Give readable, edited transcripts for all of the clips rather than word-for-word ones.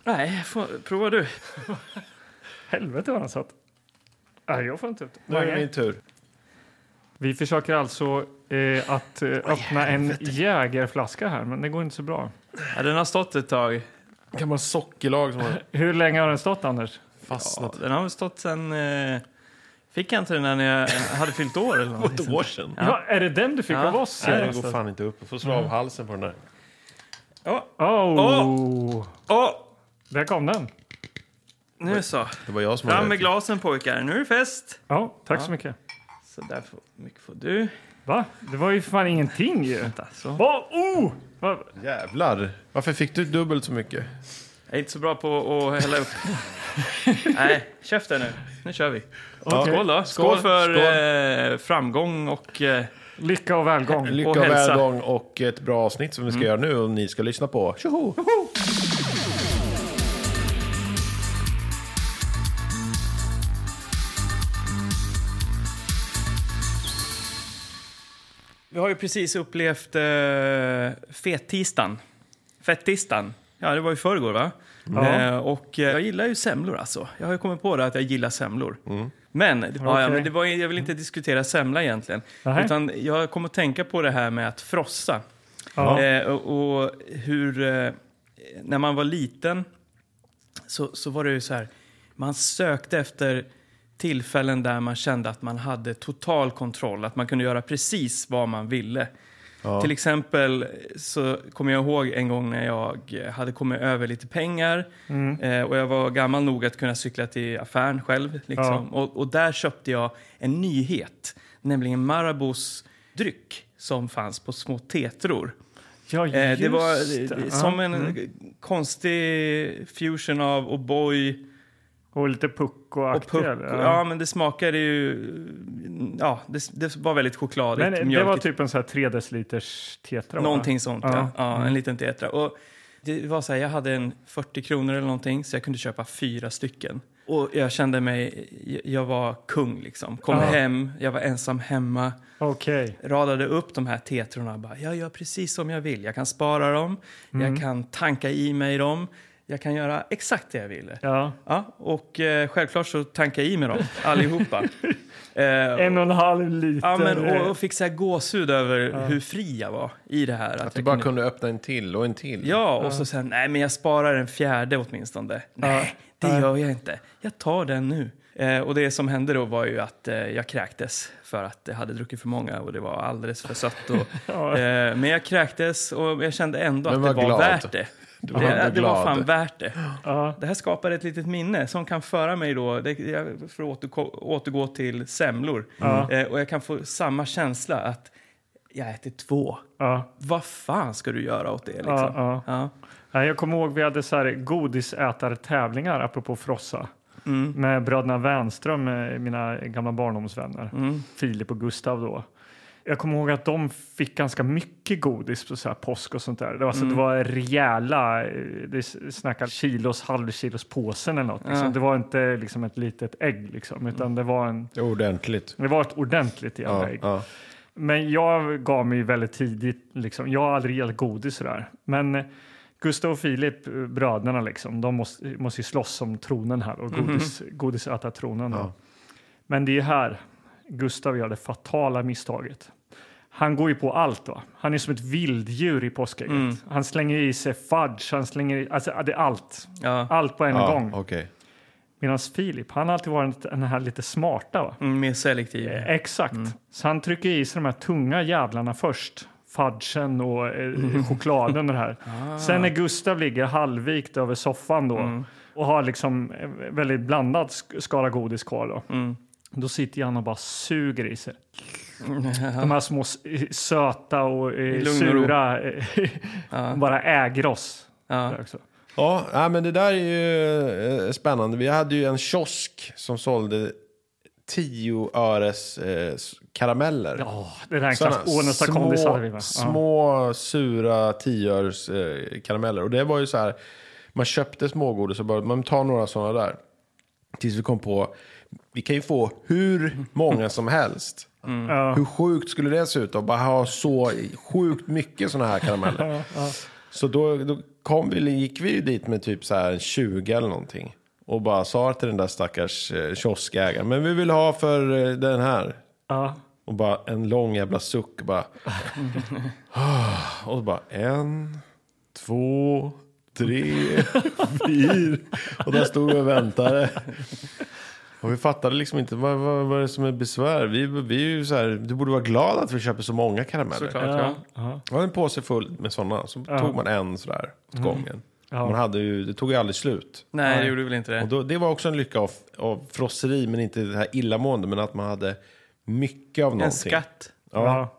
Nej, prova du. Helvete vad han satt. Nej, jag får inte ut. Nu är det min tur. Vi försöker alltså att öppna en jägerflaska här, men det går inte så bra. Ja, den har stått ett tag. Kan man sockerlag som har Hur länge har den stått, Anders? fastnat? Ja, den har väl stått sen... Fick jag inte den när jag hade fyllt år eller något? Ett år sedan. Ja, är det den du fick av oss? Nej, det går fan inte upp. Jag får slå av halsen på den där. Där kom den. Nu så. Det var jag som Fram med glasen pojkar. Nu är det fest. Ja, tack så mycket. Så där mycket får du. Va? Det var ju fan ingenting ju. Vänta, så. Va? Jävlar. Varför fick du dubbelt så mycket? Jag är inte så bra på att hälla upp. Nej, käften nu. Nu kör vi. Okay. Skål då. Skål för framgång och... Lycka och välgång. Lycka och välgång och ett bra avsnitt som vi ska göra nu och ni ska lyssna på. Tjoho! Vi har ju precis upplevt fettisdagen. Fettisdagen. Ja, det var ju förrgår, va? Och jag gillar ju semlor alltså. Jag har ju kommit på det att jag gillar semlor. Men, men det var, jag vill inte diskutera semla egentligen. Utan jag kommer att tänka på det här med att frossa. Och hur, när man var liten så var det ju så här. Man sökte efter tillfällen där man kände att man hade total kontroll. Att man kunde göra precis vad man ville. Ja. Till exempel så kommer jag ihåg en gång när jag hade kommit över lite pengar. Och jag var gammal nog att kunna cykla till affären själv. Liksom. Ja. Och där köpte jag en nyhet. Nämligen Marabous dryck som fanns på små tetror. Ja, just det var som en konstig fusion av O'boy och lite puck och aktier. Ja, men det smakade ju... Ja, det var väldigt chokladigt. Men det var typ en så här 3 deciliters tetra. Någonting sånt, ja. En liten tetra. Och det var så här, jag hade en 40 kronor eller någonting. Så jag kunde köpa 4 stycken. Och jag kände mig... Jag var kung liksom. Kom hem, jag var ensam hemma. Radade upp de här tetrorna och bara... Jag gör precis som jag vill. Jag kan spara dem. Jag kan tanka i mig dem. Jag kan göra exakt det jag ville. Ja, och självklart så tankar jag i med dem, allihopa. 1,5 liter. Ja, men, och fick så här gåshud över hur fri jag var i det här. Att du bara kunde öppna en till och en till. Ja, och så sen, nej men jag sparar en 4:e åtminstone. Nej, det gör jag inte. Jag tar den nu. Och det som hände då var ju att jag kräktes för att jag hade druckit för många och det var alldeles för sött. Men jag kräktes och jag kände ändå att det var värt det. Det var fan värt det. Det här skapar ett litet minne som kan föra mig då för att återgå till semlor. Och jag kan få samma känsla att jag äter 2. Vad fan ska du göra åt det liksom? Jag kommer ihåg vi hade så här godisätartävlingar apropå frossa. Med bröderna Wernström, mina gamla barndomsvänner. Filip och Gustav då. Jag kommer ihåg att de fick ganska mycket godis på så här påsk och sånt där. Det var, det var rejäla, det snackade halvkilos påsen eller något. Liksom. Det var inte liksom ett litet ägg liksom, utan det var ordentligt. Det var ett ordentligt jävla ägg. Men jag gav mig väldigt tidigt, liksom, jag har aldrig gillat godis sådär. Men Gustav och Filip, bröderna liksom, de måste ju slåss om tronen här och godisäta tronen. Men det är här Gustav gör det fatala misstaget. Han går ju på allt då. Han är som ett vilddjur i påskägget. Han slänger i sig fudge. Han slänger i, alltså det är allt. Allt på en gång. Okay. Medan Filip, han har alltid varit den här lite smarta va? Mer selektiv. Exakt. Så han trycker i sig de här tunga jävlarna först. Fudgen och chokladen och det här. Sen när Gustav ligger halvvikt över soffan då. Och har liksom väldigt blandad skala godis kvar då. Då sitter han och bara suger i sig. De här små söta och sura bara äger oss. Ja, men det där är ju spännande. Vi hade ju en kiosk som sålde 10 öres karameller. Ja, det där är en små sura 10 öres karameller. Och det var ju så här, man köpte smågodis och man tar några sådana där. Tills vi kom på, vi kan ju få hur många som helst. Hur sjukt skulle det se ut att bara ha så sjukt mycket sådana här karameller. Så då gick vi ju dit med typ så här 20 eller någonting. Och bara sa till den där stackars kioskägaren, men vi vill ha för den här. Ja. Och bara en lång jävla suck. Bara. Och så bara 1, 2, 3, 4. Och där stod vi och väntade. Och vi fattade liksom inte vad är det som är besvär. Vi är ju så här, du borde vara glad att vi köper så många karameller. Såklart, Det var en påse full med sådana. Så tog man en sådär åt gången. Man hade ju, det tog ju aldrig slut. Nej, det gjorde väl inte det. Och då, det var också en lycka av frosseri, men inte det här illamående. Men att man hade mycket av någonting. En skatt. Ja.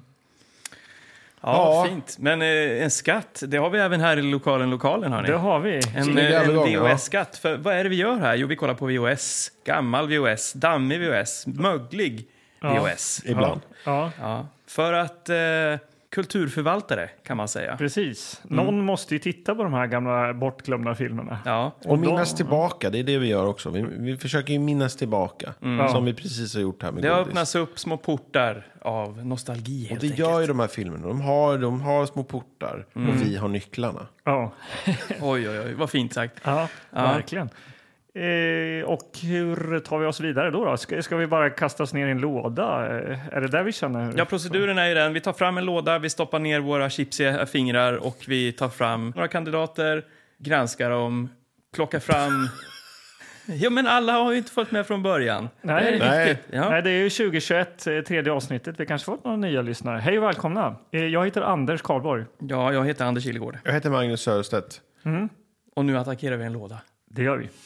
Ja, fint. Men en skatt, det har vi även här i lokalen hörni. Det har vi. En VHS-skatt. För vad är det vi gör här? Jo, vi kollar på VHS. Gammal VHS, dammig VHS, möglig VHS. Ibland. Ja. För att kulturförvaltare kan man säga. Precis. Någon måste ju titta på de här gamla bortglömda filmerna. Ja. Och minnas tillbaka, det är det vi gör också. Vi försöker ju minnas tillbaka. Som vi precis har gjort här med Det godis. öppnas upp små portar av nostalgi helt Och det enkelt. gör ju de här filmerna. De har små portar och vi har nycklarna. Ja, Oj, vad fint sagt. ja. Verkligen. Och hur tar vi oss vidare då? Ska vi bara kasta oss ner i en låda? Är det där vi känner? Ja, proceduren är ju den. Vi tar fram en låda, vi stoppar ner våra chipsiga fingrar och vi tar fram några kandidater, granskar dem, plockar fram... Ja, men alla har ju inte följt med från början. Nej. Det är viktigt. Ja. Nej, det är ju 2021, tredje avsnittet. Vi kanske fått några nya lyssnare. Hej och välkomna. Jag heter Anders Karlborg. Ja, jag heter Anders Kilegård. Jag heter Magnus Sörestedt. Och nu attackerar vi en låda. Det gör vi.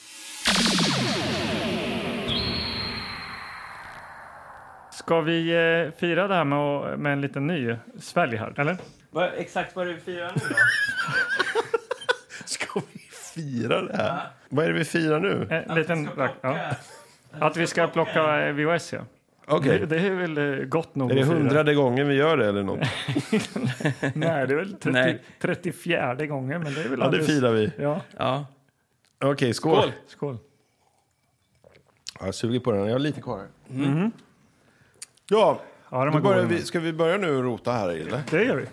Ska vi fira det här med en liten ny svälj här, eller? Exakt vad är det vi firar nu då? Ska vi fira det här? Vad är det vi firar nu? En liten, Att vi ska plocka VHS, ja. Okej. Det är väl gott nog. Är det att fira. 100:e gången vi gör det eller något? Nej, det är väl 34:e gången. Men det är väl Ja, det firar vi. Ja. Ja. Okej, skål. Skål. Jag suger på den. Jag har lite kvar här. Ja, Ja, då börjar vi, ska vi börja nu och rota här eller? Det gör vi.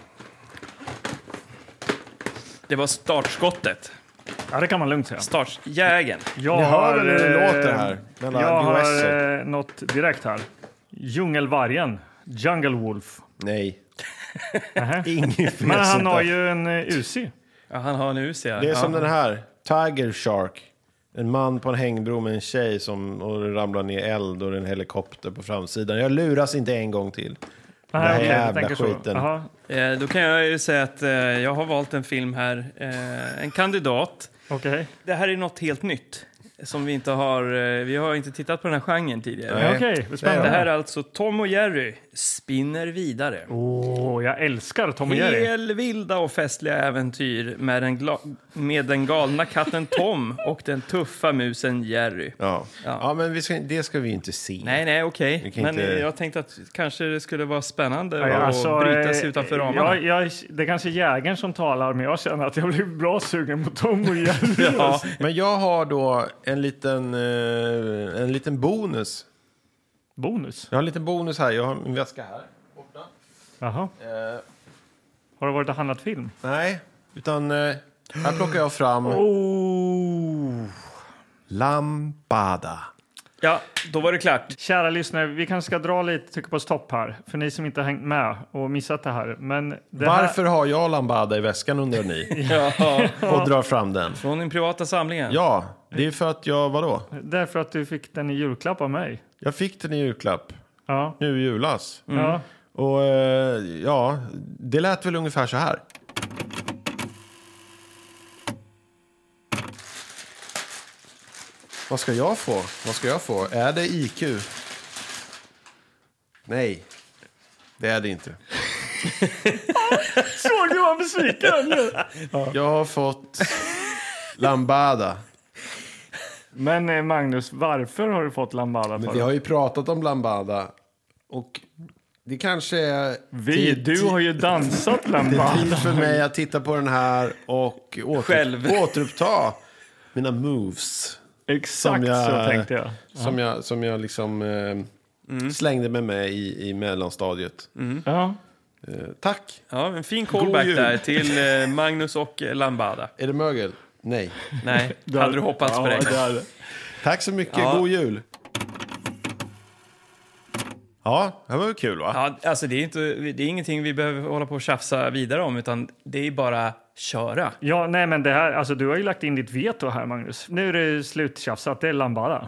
Det var startskottet. Ja, det kan man lugnt säga. Startjägen. Jag Ni har, hör väl hur det låter här? Jag har något direkt här. Djungelvargen. Jungle Wolf. Nej. Nähä. Inget Men han har ju en Uzi. Ja, han har en UC. Det är som den här. Tiger Shark. En man på en hängbro med en tjej och det ramlar ner eld och en helikopter på framsidan. Jag luras inte en gång till. Den här jävla skiten. Då kan jag ju säga att jag har valt en film här. En kandidat. Okej. Det här är något helt nytt. Som vi inte har... vi har inte tittat på den här genren tidigare. Nej. Okej, Det spännande. här är alltså Tom och Jerry spinner vidare. Jag älskar Tom och Jerry. Helvilda och festliga äventyr med den galna katten Tom och den tuffa musen Jerry. Ja, men det ska vi inte se. Nej, okej. Men inte... jag tänkte att kanske det skulle vara spännande att bryta sig utanför ramarna. Det är kanske jägaren som talar, men jag känner att jag blir bra sugen på Tom och Jerry. Ja. Men jag har då en liten bonus. Bonus? Jag har en liten bonus här. Jag har min väska här borta. Jaha. Har du varit och handlat film? Nej, utan här plockar jag fram Lambada. Ja, då var det klart. Kära lyssnare, vi kanske ska dra lite, trycka på stopp här. För ni som inte har hängt med och missat det här. Men Varför har jag Lambada i väskan undrar ni? Och drar fram den. Från din privata samlingen. Ja, det är för att jag, vadå? Därför att du fick den i julklapp av mig. Jag fick den i julklapp. Ja. Nu i julas. Ja. Och det lät väl ungefär så här. Vad ska jag få? Är det IQ? Nej, det är det inte. Såg du vad besviken? Jag har fått Lambada. Men Magnus, varför har du fått Lambada? Men vi har ju pratat om Lambada. Och det kanske är... Du har ju dansat Lambada. Det är tid för mig att titta på den här och återuppta mina moves. Exakt så tänkte jag. Som jag liksom slängde med mig i mellanstadiet. Ja. Tack. Ja, en fin callback där till Magnus och Lambada. Är det mögel? Nej. Nej, hade du hoppats på det? Tack så mycket. Ja. God jul. Ja, det var ju kul va? Ja, alltså det är ingenting vi behöver hålla på och tjafsa vidare om, utan det är bara köra. Ja, nej men det här, alltså du har ju lagt in ditt veto här Magnus. Nu är det sluttjafsat, det är Lambada.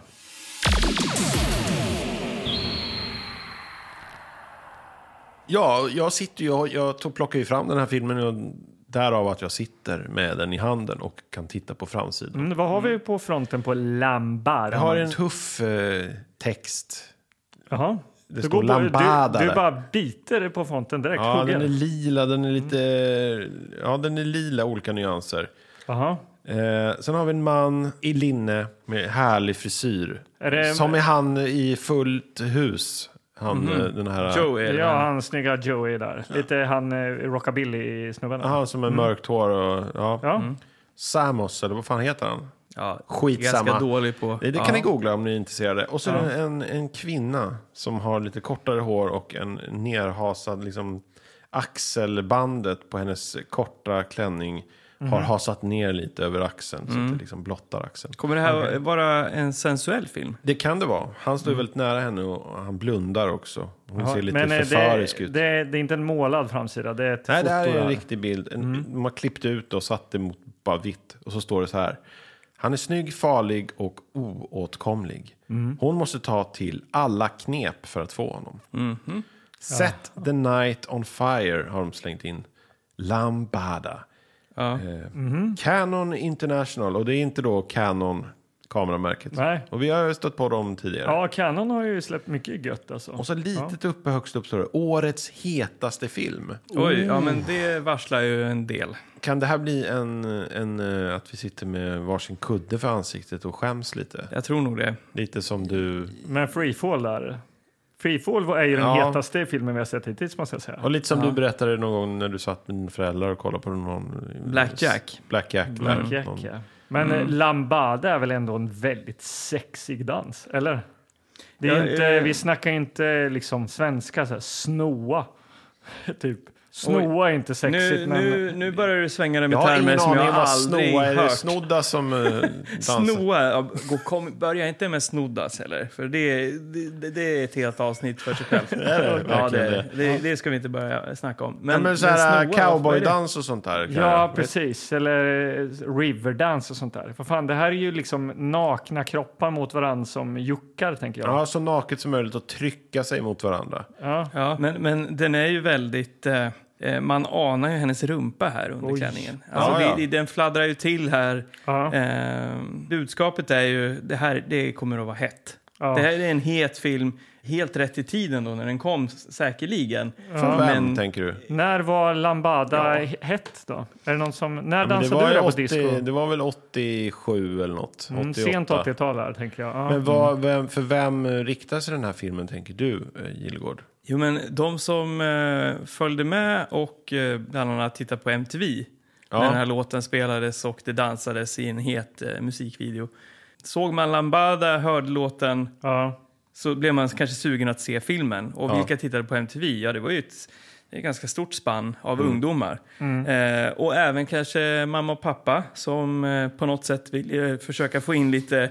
Ja, jag plockar ju fram den här filmen och därav att jag sitter med den i handen och kan titta på framsidan. Vad har vi på fronten på Lambada? Jag har en tuff text. Jaha. Det står Lambada. Du bara biter på fronten direkt. Ja, den är lila, den är lite... Ja, den är lila, olika nyanser. Aha. Sen har vi en man i linne med härlig frisyr. Som är han i fullt hus. Den här... Joey. Ja, han snygga Joey där. Lite han rockabilly-snubben. Han som är mörkt hår och... Ja. Samos, eller vad fan heter han? Ja, skitsamma. Ganska dålig på. Det kan ni googla om ni är intresserade. Och så är det en kvinna som har lite kortare hår och en nerhasad liksom, axelbandet på hennes korta klänning har hasat ner lite över axeln så att det liksom blottar axeln. Kommer det här vara en sensuell film? Det kan det vara. Han står väldigt nära henne och han blundar också. Hon ser lite förförisk ut. Det är inte en målad framsida, det är ett Nej, foto. det här är en riktig bild. De har klippt ut och satt det mot bara vitt. Och så står det så här. Han är snygg, farlig och oåtkomlig. Hon måste ta till alla knep för att få honom. Set the night on fire har de slängt in. Lambada. Canon International. Och det är inte då Canon kameramärket. Nej. Och vi har stött på dem tidigare. Ja, Canon har ju släppt mycket gött alltså. Och så litet uppe, högst upp står det. Årets hetaste film. Oj, ja men det varslar ju en del. Kan det här bli en att vi sitter med varsin kudde för ansiktet och skäms lite? Jag tror nog det. Lite som du... Men Freefall där. Freefall är ju den hetaste filmen vi har sett hittills, måste jag säga. Och lite som du berättade någon gång när du satt med dina föräldrar och kollade på någon... Blackjack. Blackjack, ja. Men Lambada är väl ändå en väldigt sexig dans, eller? Det är inte, vi snackar inte liksom svenska, så här, snoa, typ. Snoa är inte sexigt. Nu börjar du svänga det med termer som jag aldrig hört. Är det snodda som dansar? Snoa, börja inte med snoddas heller. För det är ett helt avsnitt för sig själv. Det ska vi inte börja snacka om. Men så här cowboydans och sånt där. Ja, precis. Eller riverdance och sånt där. För fan, det här är ju liksom nakna kroppar mot varandra som juckar, tänker jag. Ja, så naket som möjligt att trycka sig mot varandra. Ja, men den är ju väldigt... man anar ju hennes rumpa här under klänningen. Alltså den fladdrar ju till här. Budskapet är ju det kommer att vara hett. Det här är en het film, helt rätt i tiden då när den kom säkerligen. Från vem tänker du? När var Lambada hett då? Är det någon som när dansade du där på disco? Det var väl 87 eller något. 88. Sent 80-tal här, tänker jag. Men för vem riktar sig den här filmen, tänker du, Gillegård? Jo, men de som följde med och bland annat tittade på MTV när den här låten spelades och det dansades i en het musikvideo. Såg man Lambada, hörde låten, så blev man kanske sugen att se filmen. Och vilka tittade på MTV? Ja, det var ju ett ganska stort spann av ungdomar. Och även kanske mamma och pappa som på något sätt vill försöka få in lite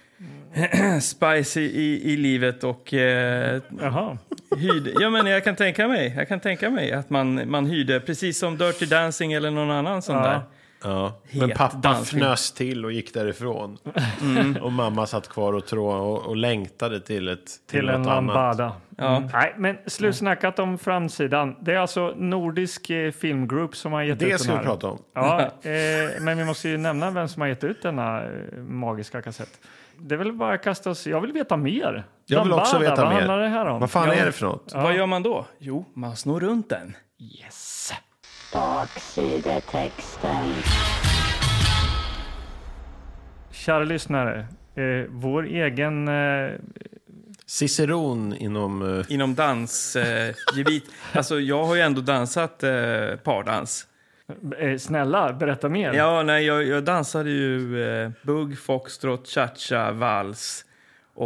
spice i livet och hyrde. Ja, men jag kan tänka mig att man hyrde precis som Dirty Dancing eller någon annan sån där. Ja. Men pappa fnös till och gick därifrån. Och mamma satt kvar och längtade till en Lambada. Nej, men slutsnackat om framsidan. Det är alltså Nordisk Filmgroup som har gett ut den här. Det ska vi prata om. Ja, men vi måste ju nämna vem som har gett ut denna magiska kassett. Det är väl bara att kasta oss. Jag vill veta mer. Jag vill också veta vad mer. Handlar det här om? Vad fan är det för något? Vad gör man då? Jo, man snor runt den. Yes. Baksidetexten. Kära lyssnare, vår egen... Ciceron inom dansgebit. Alltså, jag har ju ändå dansat pardans. Snälla, berätta mer. Ja, nej, jag dansade ju bugg, foxtrot, cha-cha, vals och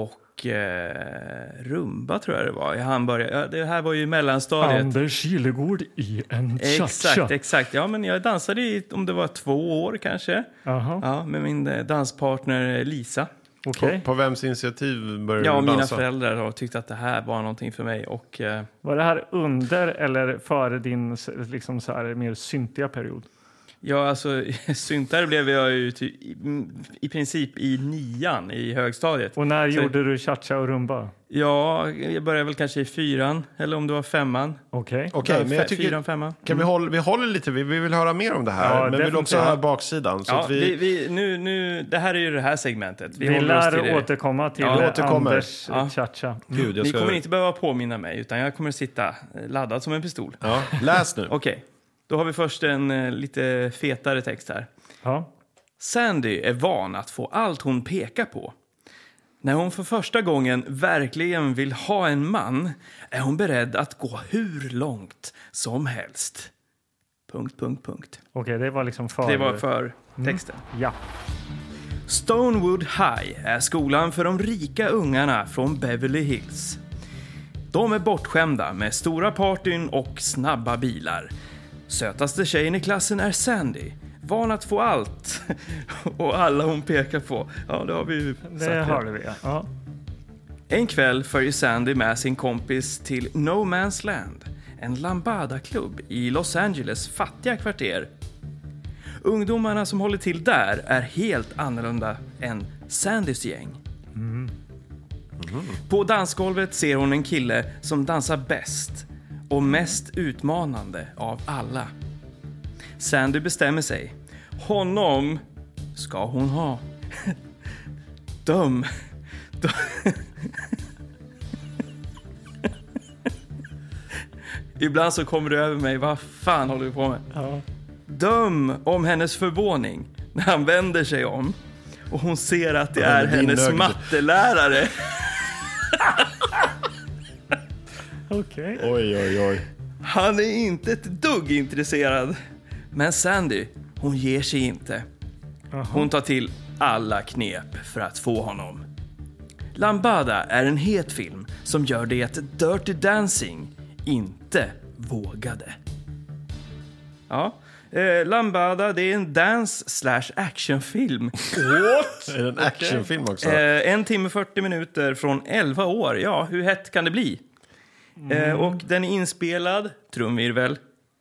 rumba tror jag det var. Det här var ju mellanstadiet. Anders Kilegård i en cha-cha. Exakt. Ja, men jag dansade i, om det var 2 år kanske. Ja, med min danspartner Lisa. Okay. På vems initiativ började du dansa? Ja, mina föräldrar har tyckt att det här var någonting för mig. Och, var det här under eller före din liksom så här, mer syntiga period? Ja, alltså syntare blev jag ju i princip i 9:an i högstadiet. Och när gjorde du cha-cha och rumba? Ja, jag började väl kanske i 4:an eller om det var 5:an. Okej, men jag tycker 4:an, 5:an. Kan vi håller lite, vi vill höra mer om det här, men vi vill också höra baksidan. Så ja, att nu, det här är ju det här segmentet. Vi lär återkomma till Anders cha-cha. Ni kommer inte behöva påminna mig, utan jag kommer sitta laddad som en pistol. Ja, läs nu. Okej. Då har vi först en lite fetare text här. Ja. Sandy är van att få allt hon pekar på. När hon för första gången verkligen vill ha en man är hon beredd att gå hur långt som helst. ... Okej, det var liksom Det var för texten. Ja. Stonewood High är skolan för de rika ungarna från Beverly Hills. De är bortskämda med stora partyn och snabba bilar. Sötaste tjejen i klassen är Sandy. Van att få allt. Och alla hon pekar på. Ja, det har vi ju sagt. Det hörde vi, ja. En kväll följer Sandy med sin kompis till No Man's Land. En lambada-klubb i Los Angeles fattiga kvarter. Ungdomarna som håller till där är helt annorlunda än Sandys gäng. På dansgolvet ser hon en kille som dansar bäst och mest utmanande av alla. Sandy bestämmer sig. Honom ska hon ha. Döm. Ibland så kommer det över mig. Vad fan håller du på med? Ja. Döm om hennes förvåning när han vänder sig om och hon ser att det är hennes mattelärare. Okej. Oj. Han är inte ett dugg intresserad. Men Sandy, hon ger sig inte. Hon tar till alla knep för att få honom. Lambada är en het film som gör det att Dirty Dancing inte vågade. Ja, Lambada, det är en dance/actionfilm. What? Är det en actionfilm också? 1 timme 40 minuter från 11 år. Ja, hur hett kan det bli? Och den är inspelad, trumvirvel,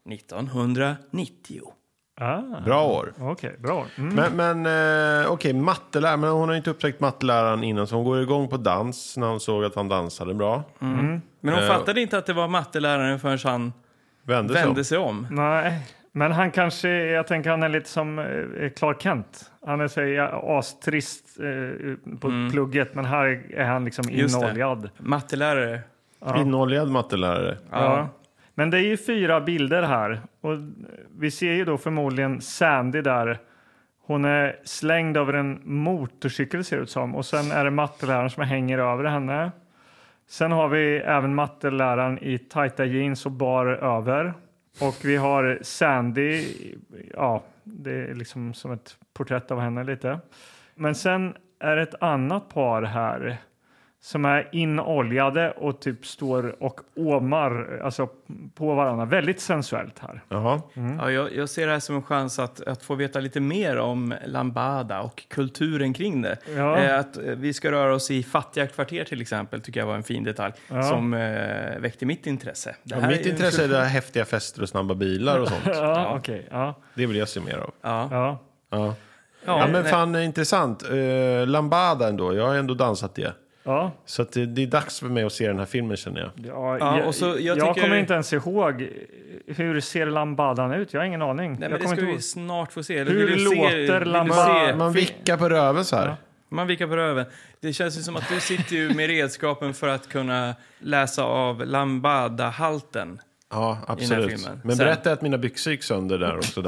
1990. Bra år. Okej, bra. Men matteläraren, men hon har inte upptäckt matteläraren innan, så hon går igång på dans när hon såg att han dansade bra. Men hon fattade inte att det var matteläraren förrän han vände sig om. Nej, men han kanske, jag tänker han är lite som Clark Kent. Han är så astrist på plugget, men här är han liksom inoljad. Mattelärare. Ja. Inoljad mattelärare. Ja. Men det är ju 4 bilder här. Och vi ser ju då förmodligen Sandy där. Hon är slängd över en motorcykel ser det ut som. Och sen är det matteläraren som hänger över henne. Sen har vi även matteläraren i tajta jeans och bar över. Och vi har Sandy. Ja, det är liksom som ett porträtt av henne lite. Men sen är det ett annat par här som är inoljade och typ står och åmar alltså på varandra. Väldigt sensuellt här. Jaha. Ja, jag ser det här som en chans att få veta lite mer om lambada och kulturen kring det. Ja. Att vi ska röra oss i fattiga kvarter till exempel tycker jag var en fin detalj som väckte mitt intresse. Mitt intresse är det häftiga fester och snabba bilar och sånt. Okej. Ja. Det vill jag se mer av. Ja, men fan intressant. Lambada ändå, jag har ändå dansat det. Ja. Så att det är dags för mig att se den här filmen känner jag. Jag kommer inte ens ihåg hur ser lambadan ut. Jag har ingen aning. Nej, men det ska vi snart få se. Hur låter lambada? Man vickar på röven så här. Ja. Man vickar på röven. Det känns ju som att du sitter ju med redskapen för att kunna läsa av lambada-halten. Ja, absolut. Men berätta att mina byxor gick sönder där också.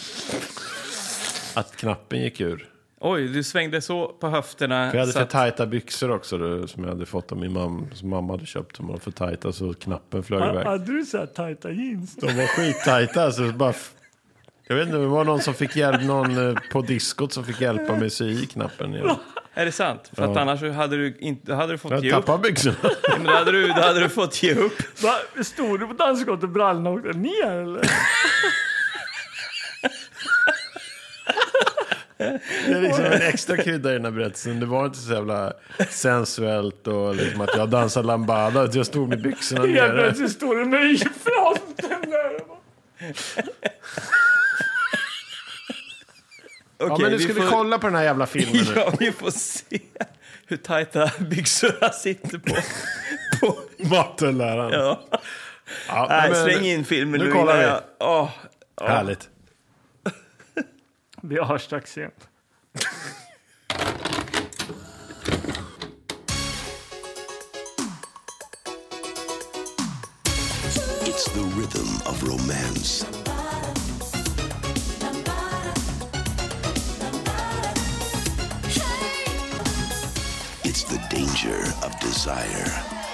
Att knappen gick ur. Oj, du svängde så på höfterna. För jag hade för tajta byxor också då, som jag hade fått av min mamma. Som mamma hade köpt. De var för tajta så knappen flög iväg. Hade du så här tajta jeans? De var skittajta. Så bara, jag vet inte, det var någon som fick hjälp. Någon på diskot som fick hjälpa mig sy i knappen. Ja. Är det sant? För att annars hade du fått ge upp. Tappat byxorna. Men då hade du fått ge upp. Stod du på dansgolvet och brallorna åkte ner eller? Det är liksom en extra krydda i den här berättelsen. Det var inte så jävla sensuellt och liksom att jag dansade lambada. Att jag stod med byxorna nere. Helt plötsligt står du med i fronten där. Ja, men nu ska vi kolla på den här jävla filmen nu. Ja, vi får se hur tajta byxorna sitter på matteläraren. Ja. Ja, nej, men, släng in filmen. Nu kollar vi. Härligt. Vi hörs strax igen. It's the rhythm of romance. It's the danger of desire.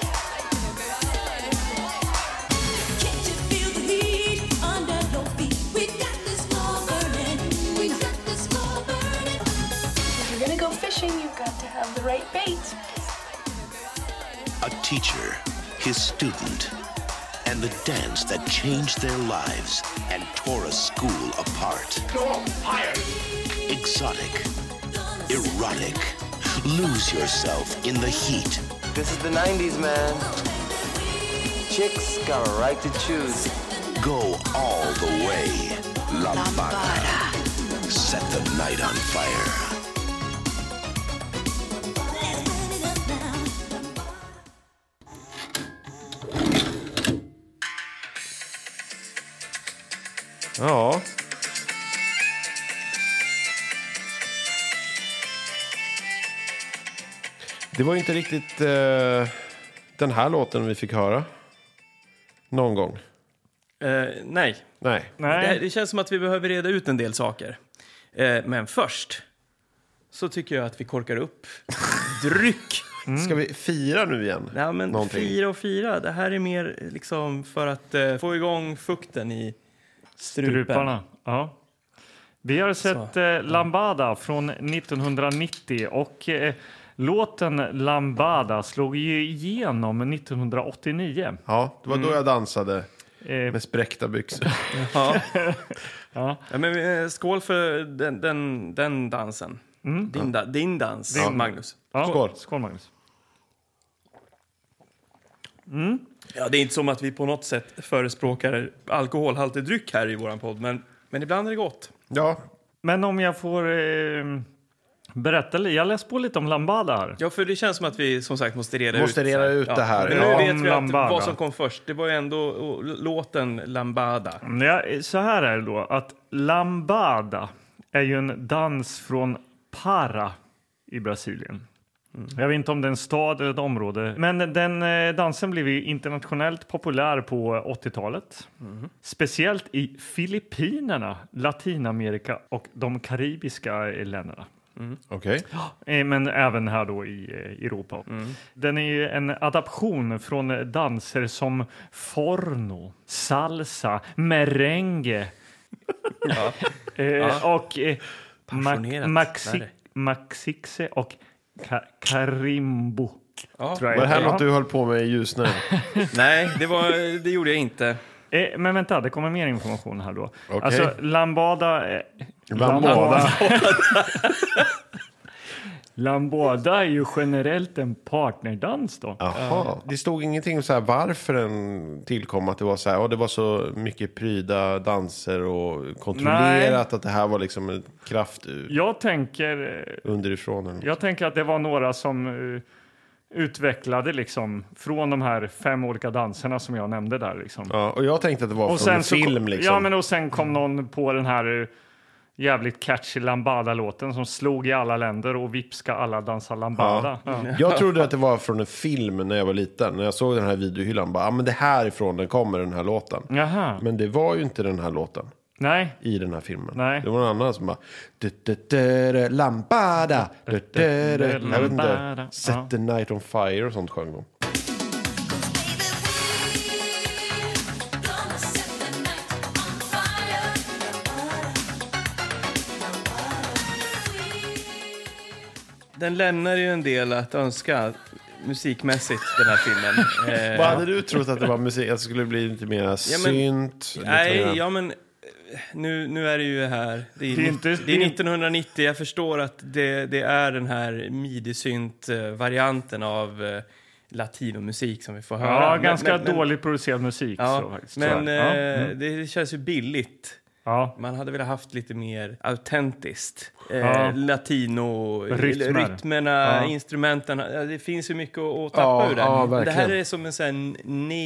You've got to have the right bait. A teacher, his student, and the dance that changed their lives and tore a school apart. Exotic, erotic, lose yourself in the heat. This is the 90s, man. Chicks got a right to choose. Go all the way. Lambada. Set the night on fire. Ja. Det var inte riktigt den här låten vi fick höra någon gång. Nej. Det känns som att vi behöver reda ut en del saker. Men först så tycker jag att vi korkar upp dryck. Ska vi fira nu igen? Ja, men fira. Det här är mer liksom för att få igång fukten i struparna. Ja. Vi har sett Lambada från 1990 och låten Lambada slog ju igenom 1989. Ja, det var då jag dansade med spräckta byxor. Ja, men skål för den dansen. Din dans, Magnus. Ja. Skål Magnus. Ja, det är inte som att vi på något sätt förespråkar alkoholhaltig dryck här i våran podd, men ibland är det gott. Ja. Men om jag får berätta lite, jag läste på lite om Lambada här. Ja, för det känns som att vi som sagt måste reda ut det här. Men nu vet vi att vad som kom först. Det var ju ändå låten Lambada. Ja, så här är det då, att Lambada är ju en dans från Para i Brasilien. Jag vet inte om det är en stad eller ett område. Men den dansen blev ju internationellt populär på 80-talet. Speciellt i Filippinerna, Latinamerika och de karibiska länderna. Okej. Men även här då i Europa. Den är ju en adaption från danser som forno, salsa, merengue och maxixe och karimbo. Var det här något du höll på med i Ljusnaren? Nej, det gjorde jag inte. Men vänta, det kommer mer information här då. Okay. Alltså, Lambada. Lambada är ju generellt en partnerdans då. Jaha, det stod ingenting om så här varför den tillkom, att det var så här, det var så mycket pryda danser och kontrollerat. Nej. Att det här var liksom en kraft underifrån. Jag tänker att det var några som utvecklade liksom från de här 5 olika danserna som jag nämnde där liksom. Ja, och jag tänkte att det var från en film liksom. Ja, men och sen kom någon på den här jävligt catchy Lambada-låten som slog i alla länder och vips ska alla dansa Lambada. Ja. Ja. Jag trodde att det var från en film när jag var liten. När jag såg den här videohyllan, bara, men det här ifrån den kommer den här låten. Jaha. Men det var ju inte den här låten. Nej. I den här filmen. Nej. Det var någon annan som bara Lambada. Jag vet inte. Set the night on fire och sånt sjöng de. Den lämnar ju en del att önska musikmässigt, den här filmen. Vad hade du trott att det var musik? Att det skulle bli lite mer synt? Men nu är det ju här. Det är 1990. Jag förstår att det är den här midi-synt-varianten av latinomusik som vi får höra. Ja, ganska dåligt producerad musik. Ja, så, faktiskt, men det känns ju billigt. Ja. Man hade velat haft lite mer autentiskt. Rytmerna, instrumenten. Det finns ju mycket att tappa ur det. Ja, det här är som en sån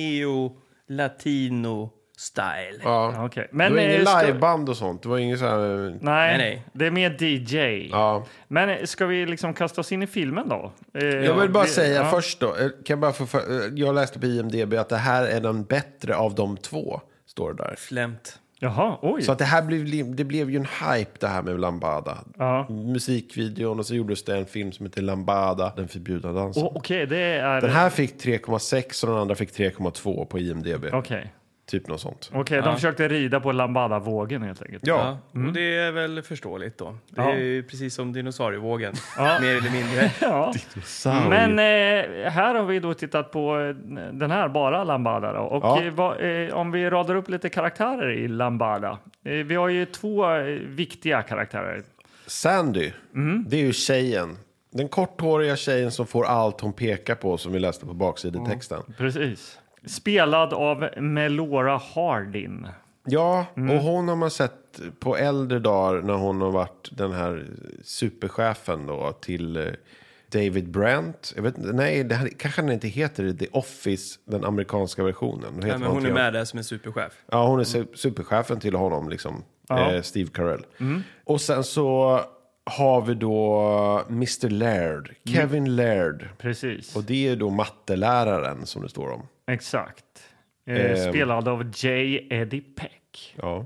neo-latino style. Ja. Okay. Men det var ingen liveband och sånt. Det var ingen så här... Nej, det är mer DJ. Ja. Men ska vi liksom kasta oss in i filmen då? Jag vill bara säga först då. Jag läste på IMDb att det här är den bättre av de två. Står det där. Flämt. Jaha, oj. Så att det blev ju en hype det här med Lambada. Ja. Musikvideon och så gjordes det en film som heter Lambada, den förbjudna dansen. Den här fick 3,6 och den andra fick 3,2 på IMDb. Okej. Typ något sånt. Okej, de försökte rida på Lambada-vågen helt enkelt. Ja, och det är väl förståeligt då. Det är ju precis som dinosaurievågen, mer eller mindre. Ja. Men här har vi då tittat på den här bara Lambada då. Och om vi radar upp lite karaktärer i Lambada. Vi har ju 2 viktiga karaktärer. Sandy, det är ju tjejen. Den korthåriga tjejen som får allt hon pekar på, som vi läste på baksidetexten. Precis. Spelad av Melora Hardin. Ja, och hon har man sett på äldre dagar när hon har varit den här superchefen då till David Brent. Jag vet, nej, det här, kanske den inte heter The Office, den amerikanska versionen. Men hon är med där som en superchef. Ja, hon är superchefen till honom, liksom. Steve Carell. Och sen så har vi då Mr. Laird, Kevin Laird. Precis. Och det är då matteläraren som det står om. Exakt. Spelad av J. Eddie Peck. Ja.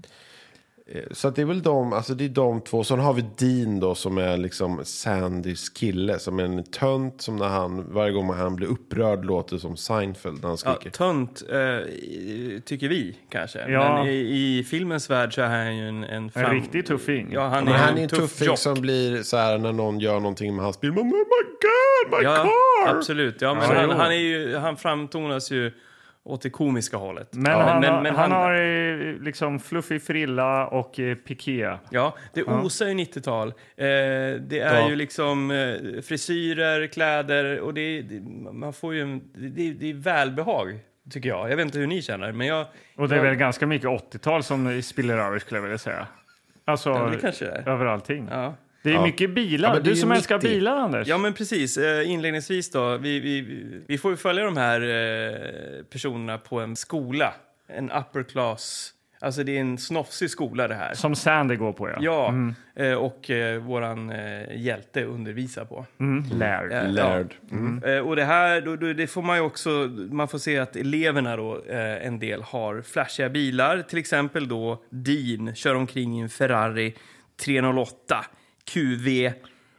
Så att det är väl det är de två. Sen har vi Dean då, som är liksom Sandys kille, som är en tönt som varje gång han blir upprörd låter som Seinfeld när han skriker. Ja, tönt tycker vi kanske. Ja. Men i filmens värld så är han ju en riktigt tuffing. Ja, han är en tuffing som blir så här när någon gör någonting med hans bil. Oh my god, my car! Absolut. Ja, men han framtonas ju åt det komiska hållet. Men han har liksom fluffig frilla och piké. Ja, det osar ju 90-tal. Det är ju liksom frisyrer, kläder och man får ju det är välbehag, tycker jag. Jag vet inte hur ni känner, men och det är väl ganska mycket 80-tal som spiller över, skulle jag vilja säga. Alltså det kanske är. Över allting. Ja. Det är mycket bilar. Du som älskar bilar, Anders. Ja, men precis. Inledningsvis då. Vi får ju följa de här personerna på en skola. En upper class. Alltså det är en snofsig skola det här. Som Sandy går på, ja. Och våran hjälte undervisar på. Laird. Och det här, det får man ju också... Man får se att eleverna då, en del har flashiga bilar. Till exempel då Dean kör omkring i en Ferrari 308 QV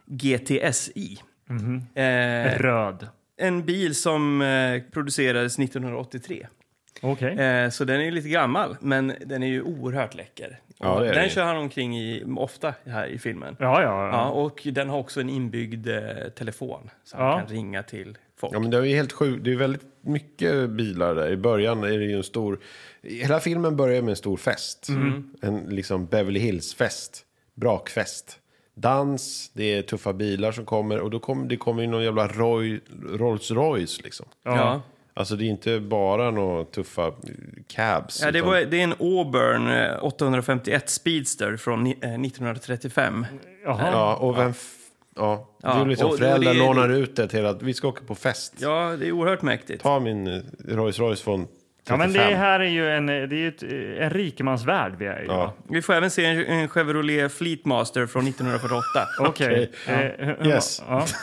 GTSI. Röd. En bil som producerades 1983. Okay. Så den är ju lite gammal, men den är ju oerhört läcker. Ja, den kör han omkring i ofta här i filmen. Ja. Och den har också en inbyggd telefon så han kan ringa till folk. Ja, men det är ju helt sjukt. Det är väldigt mycket bilar där. I början är det ju en stor... Hela filmen börjar med en stor fest. En liksom Beverly Hills-fest. Brakfest. Dans, det är tuffa bilar som kommer. Och då kommer ju någon jävla Rolls Royce liksom. Ja. Alltså det är inte bara några tuffa cabs. Ja, det är en Auburn 851 Speedster från 1935. Jaha. Och vem... det är liksom föräldrar lånar ut det till att vi ska åka på fest. Ja, det är oerhört mäktigt. Ta min Rolls Royce från 35. Ja, men det här är ju en rikemansvärld vi är i. Ja. Vi får även se en Chevrolet Fleetmaster från 1948. Okej. Yes.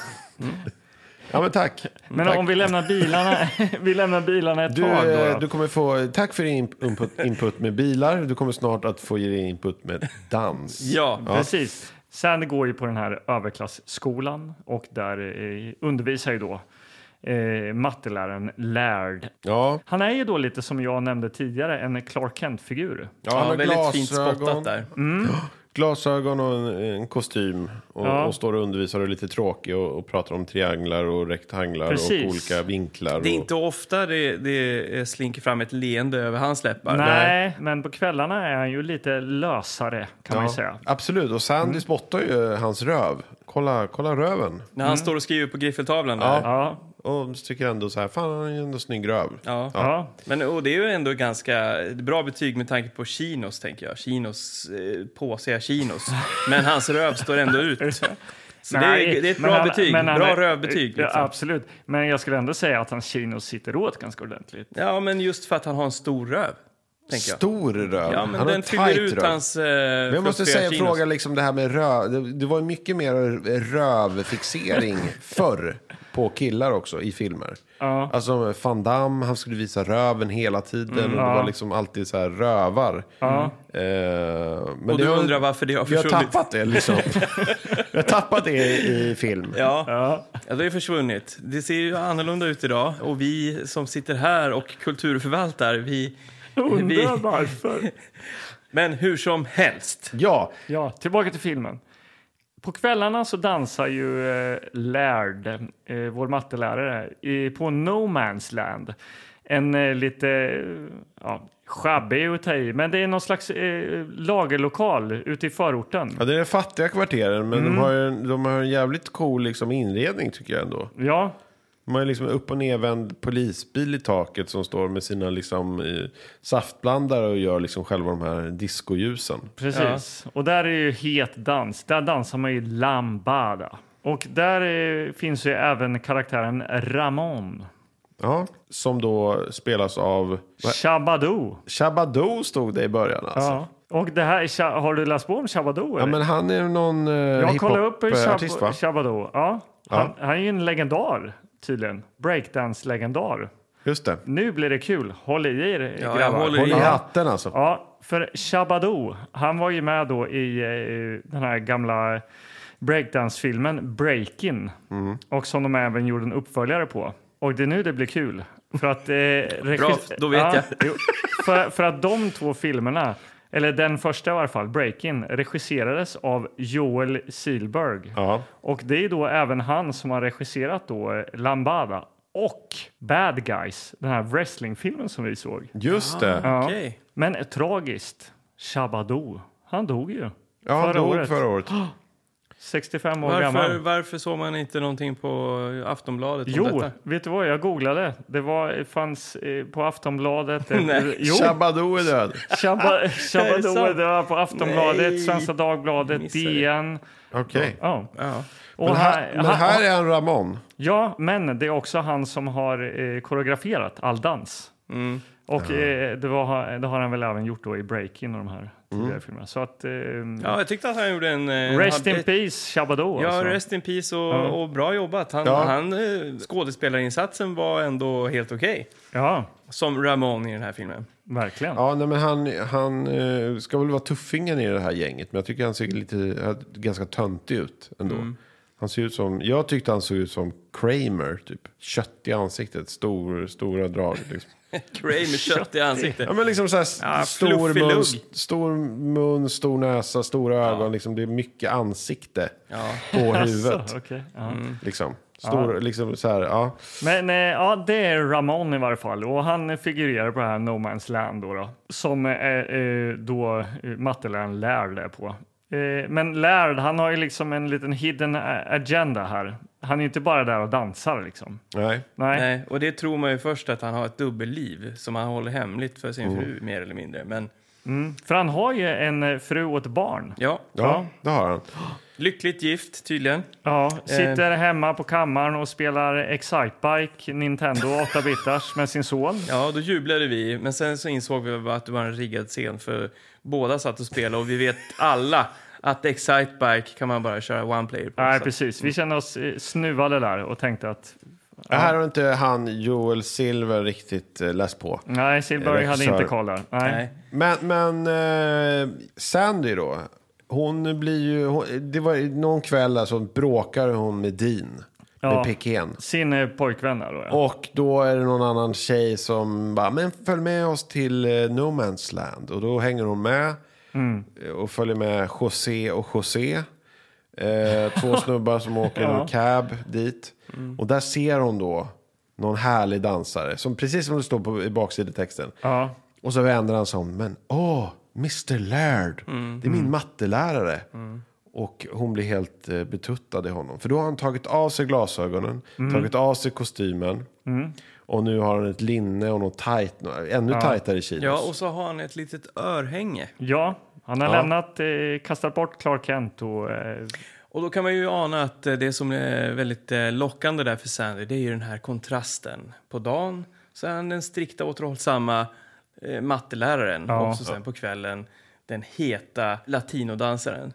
Ja, men tack. Men tack. Om vi lämnar bilarna ett tag då. Du kommer få... Tack för din input med bilar. Du kommer snart att få ge din input med dans. Ja, precis. Sen går ju på den här överklassskolan och där undervisar ju då matteläraren Laird. Ja. Han är ju då lite som jag nämnde tidigare en Clark Kent-figur. Ja, han har väldigt fint spottat där. Glasögon och en kostym och står och undervisar och är lite tråkig och pratar om trianglar och rektanglar och olika vinklar. Det är inte ofta det slinker fram ett leende över hans läppar. Nej, men på kvällarna är han ju lite lösare kan man ju säga. Absolut, och Sandy spottar ju hans röv. Kolla röven. När han står och skriver på griffeltavlan där. Ja. Och tycker ändå så här, fan han är ändå snygg röv. Ja. Men och det är ju ändå ganska bra betyg med tanke på Chinos, tänker jag. Chinos, påsiga Chinos. Men hans röv står ändå ut. Så det är ett bra betyg. Bra rövbetyg. Liksom. Ja, absolut. Men jag skulle ändå säga att hans Chinos sitter åt ganska ordentligt. Ja, men just för att han har en stor röv. Stor röv. Ja, men den fyller ut röv. Hans jag måste fråga liksom det här med röv. Det var mycket mer rövfixering förr på killar också i filmer. Alltså Van Damme, han skulle visa röven hela tiden och det var liksom alltid så här rövar. Men och du undrar varför det har försvunnit. Vi har tappat det liksom. Vi har tappat det i film. Ja, det är försvunnit. Det ser ju annorlunda ut idag och vi som sitter här och kulturförvaltar, vi undrar varför. Men hur som helst. Ja, tillbaka till filmen. På kvällarna så dansar ju Laird, vår mattelärare, på No Man's Land. En lite sjabbig att ta i, men det är någon slags lagerlokal ute i förorten. Ja, det är den fattiga kvarteren, men de har en jävligt cool liksom, inredning tycker jag ändå. Ja. De har liksom upp- och nedvänd polisbil i taket som står med sina liksom, saftblandare och gör liksom själva de här discoljusen. Precis. Och där är ju het dans. Där dansar man ju lambada. Och där finns ju även karaktären Ramon. Ja, som då spelas av... Shabba-Doo. Shabba-Doo stod det i början alltså. Ja. Och det här, har du läst på om Shabba-Doo? Ja, men han är någon hiphop-artist va? Shabba-Doo, ja. Han är ju en legendar tydligen. Breakdance-legendar. Just det. Nu blir det kul. Håll i er, grabbar. Håll i hatten alltså. Ja, för Shabba-Doo, han var ju med då i den här gamla breakdance-filmen Breakin'. Och som de även gjorde en uppföljare på. Och det är nu det blir kul. För att, bra, då vet jag. För att de två filmerna, eller den första i alla fall, Breakin', regisserades av Joel Silberg. Ja. Och det är då även han som har regisserat då Lambada och Bad Guys, den här wrestlingfilmen som vi såg. Just det. Ja. Okay. Men tragiskt, Shabba-Doo, han dog ju. Ja, han dog förra året. 65 år gammal. Varför såg man inte någonting på Aftonbladet om detta? Vet du vad? Jag googlade. Det fanns på Aftonbladet. Shabba-Doo är död. Shabba-Doo är död på Aftonbladet, Svenska Dagbladet, DN. Okej. Ja. Men här är en Ramon. Ja, men det är också han som har koreograferat all dans. Och det har han väl även gjort då i Breakin' och de här tidigare filmerna. Så att, jag tyckte att han gjorde en... Rest in peace, Shabba-Doo. Ja, alltså. Rest in peace och bra jobbat. Han skådespelarinsatsen var ändå helt okej. Ja. Som Ramon i den här filmen. Verkligen. Ja, nej, men han ska väl vara tuffingen i det här gänget. Men jag tycker han ser ganska töntig ut ändå. Han ser ut som, jag tyckte han såg ut som Kramer, typ. Kött i ansiktet, stora drag liksom. Kramer, kött i ansiktet. Ja, men liksom så här, stor mun, stor näsa, stora ögon. Liksom, det är mycket ansikte på huvudet. Alltså, okay. Liksom. Liksom så här, ja. Men det är Ramon i varje fall. Och han figurerar på det här No Man's Land då. Som då matteläraren Laird på. Men Laird, han har ju liksom en liten hidden agenda här. Han är ju inte bara där och dansar liksom. Nej. Och det tror man ju först att han har ett dubbelliv som han håller hemligt för sin fru mer eller mindre. Men... För han har ju en fru och ett barn. Ja, det har han. Lyckligt gift tydligen. Ja, sitter hemma på kammaren och spelar Excitebike Nintendo 8-bitars med sin son. Ja, då jublade vi. Men sen så insåg vi att det var en riggad scen för båda satt och spelade och vi vet alla att Excitebike kan man bara köra one player på. Nej, precis. Vi kände oss snuvade där och tänkte att... Ja. Här har inte han Joel Silver riktigt läst på. Nej, Silver hade inte koll där. Nej. Men Sandy då? Hon blir ju... det var någon kväll alltså, bråkar hon med Dean. Med Pekan. Sin pojkvän då. Ja. Och då är det någon annan tjej som bara, men följ med oss till No Man's Land. Och då hänger hon med. Och följer med José och José. 2 snubbar som åker en cab dit. Och där ser hon då någon härlig dansare. Som, precis som det står i baksidetexten. Och så vänder han sig om. Men Mr. Laird. Det är min mattelärare. Och hon blir helt betuttad i honom. För då har han tagit av sig glasögonen. Tagit av sig kostymen. Och nu har han ett linne och något tajt. Ännu tajtare chinos. Ja, och så har han ett litet örhänge. Ja, han har lämnat, kastat bort Clark Kent. Och då kan man ju ana att det som är väldigt lockande där för Sandy, det är ju den här kontrasten. På dagen så är han den strikta återhållsamma matteläraren. Och så sen på kvällen den heta latinodansaren.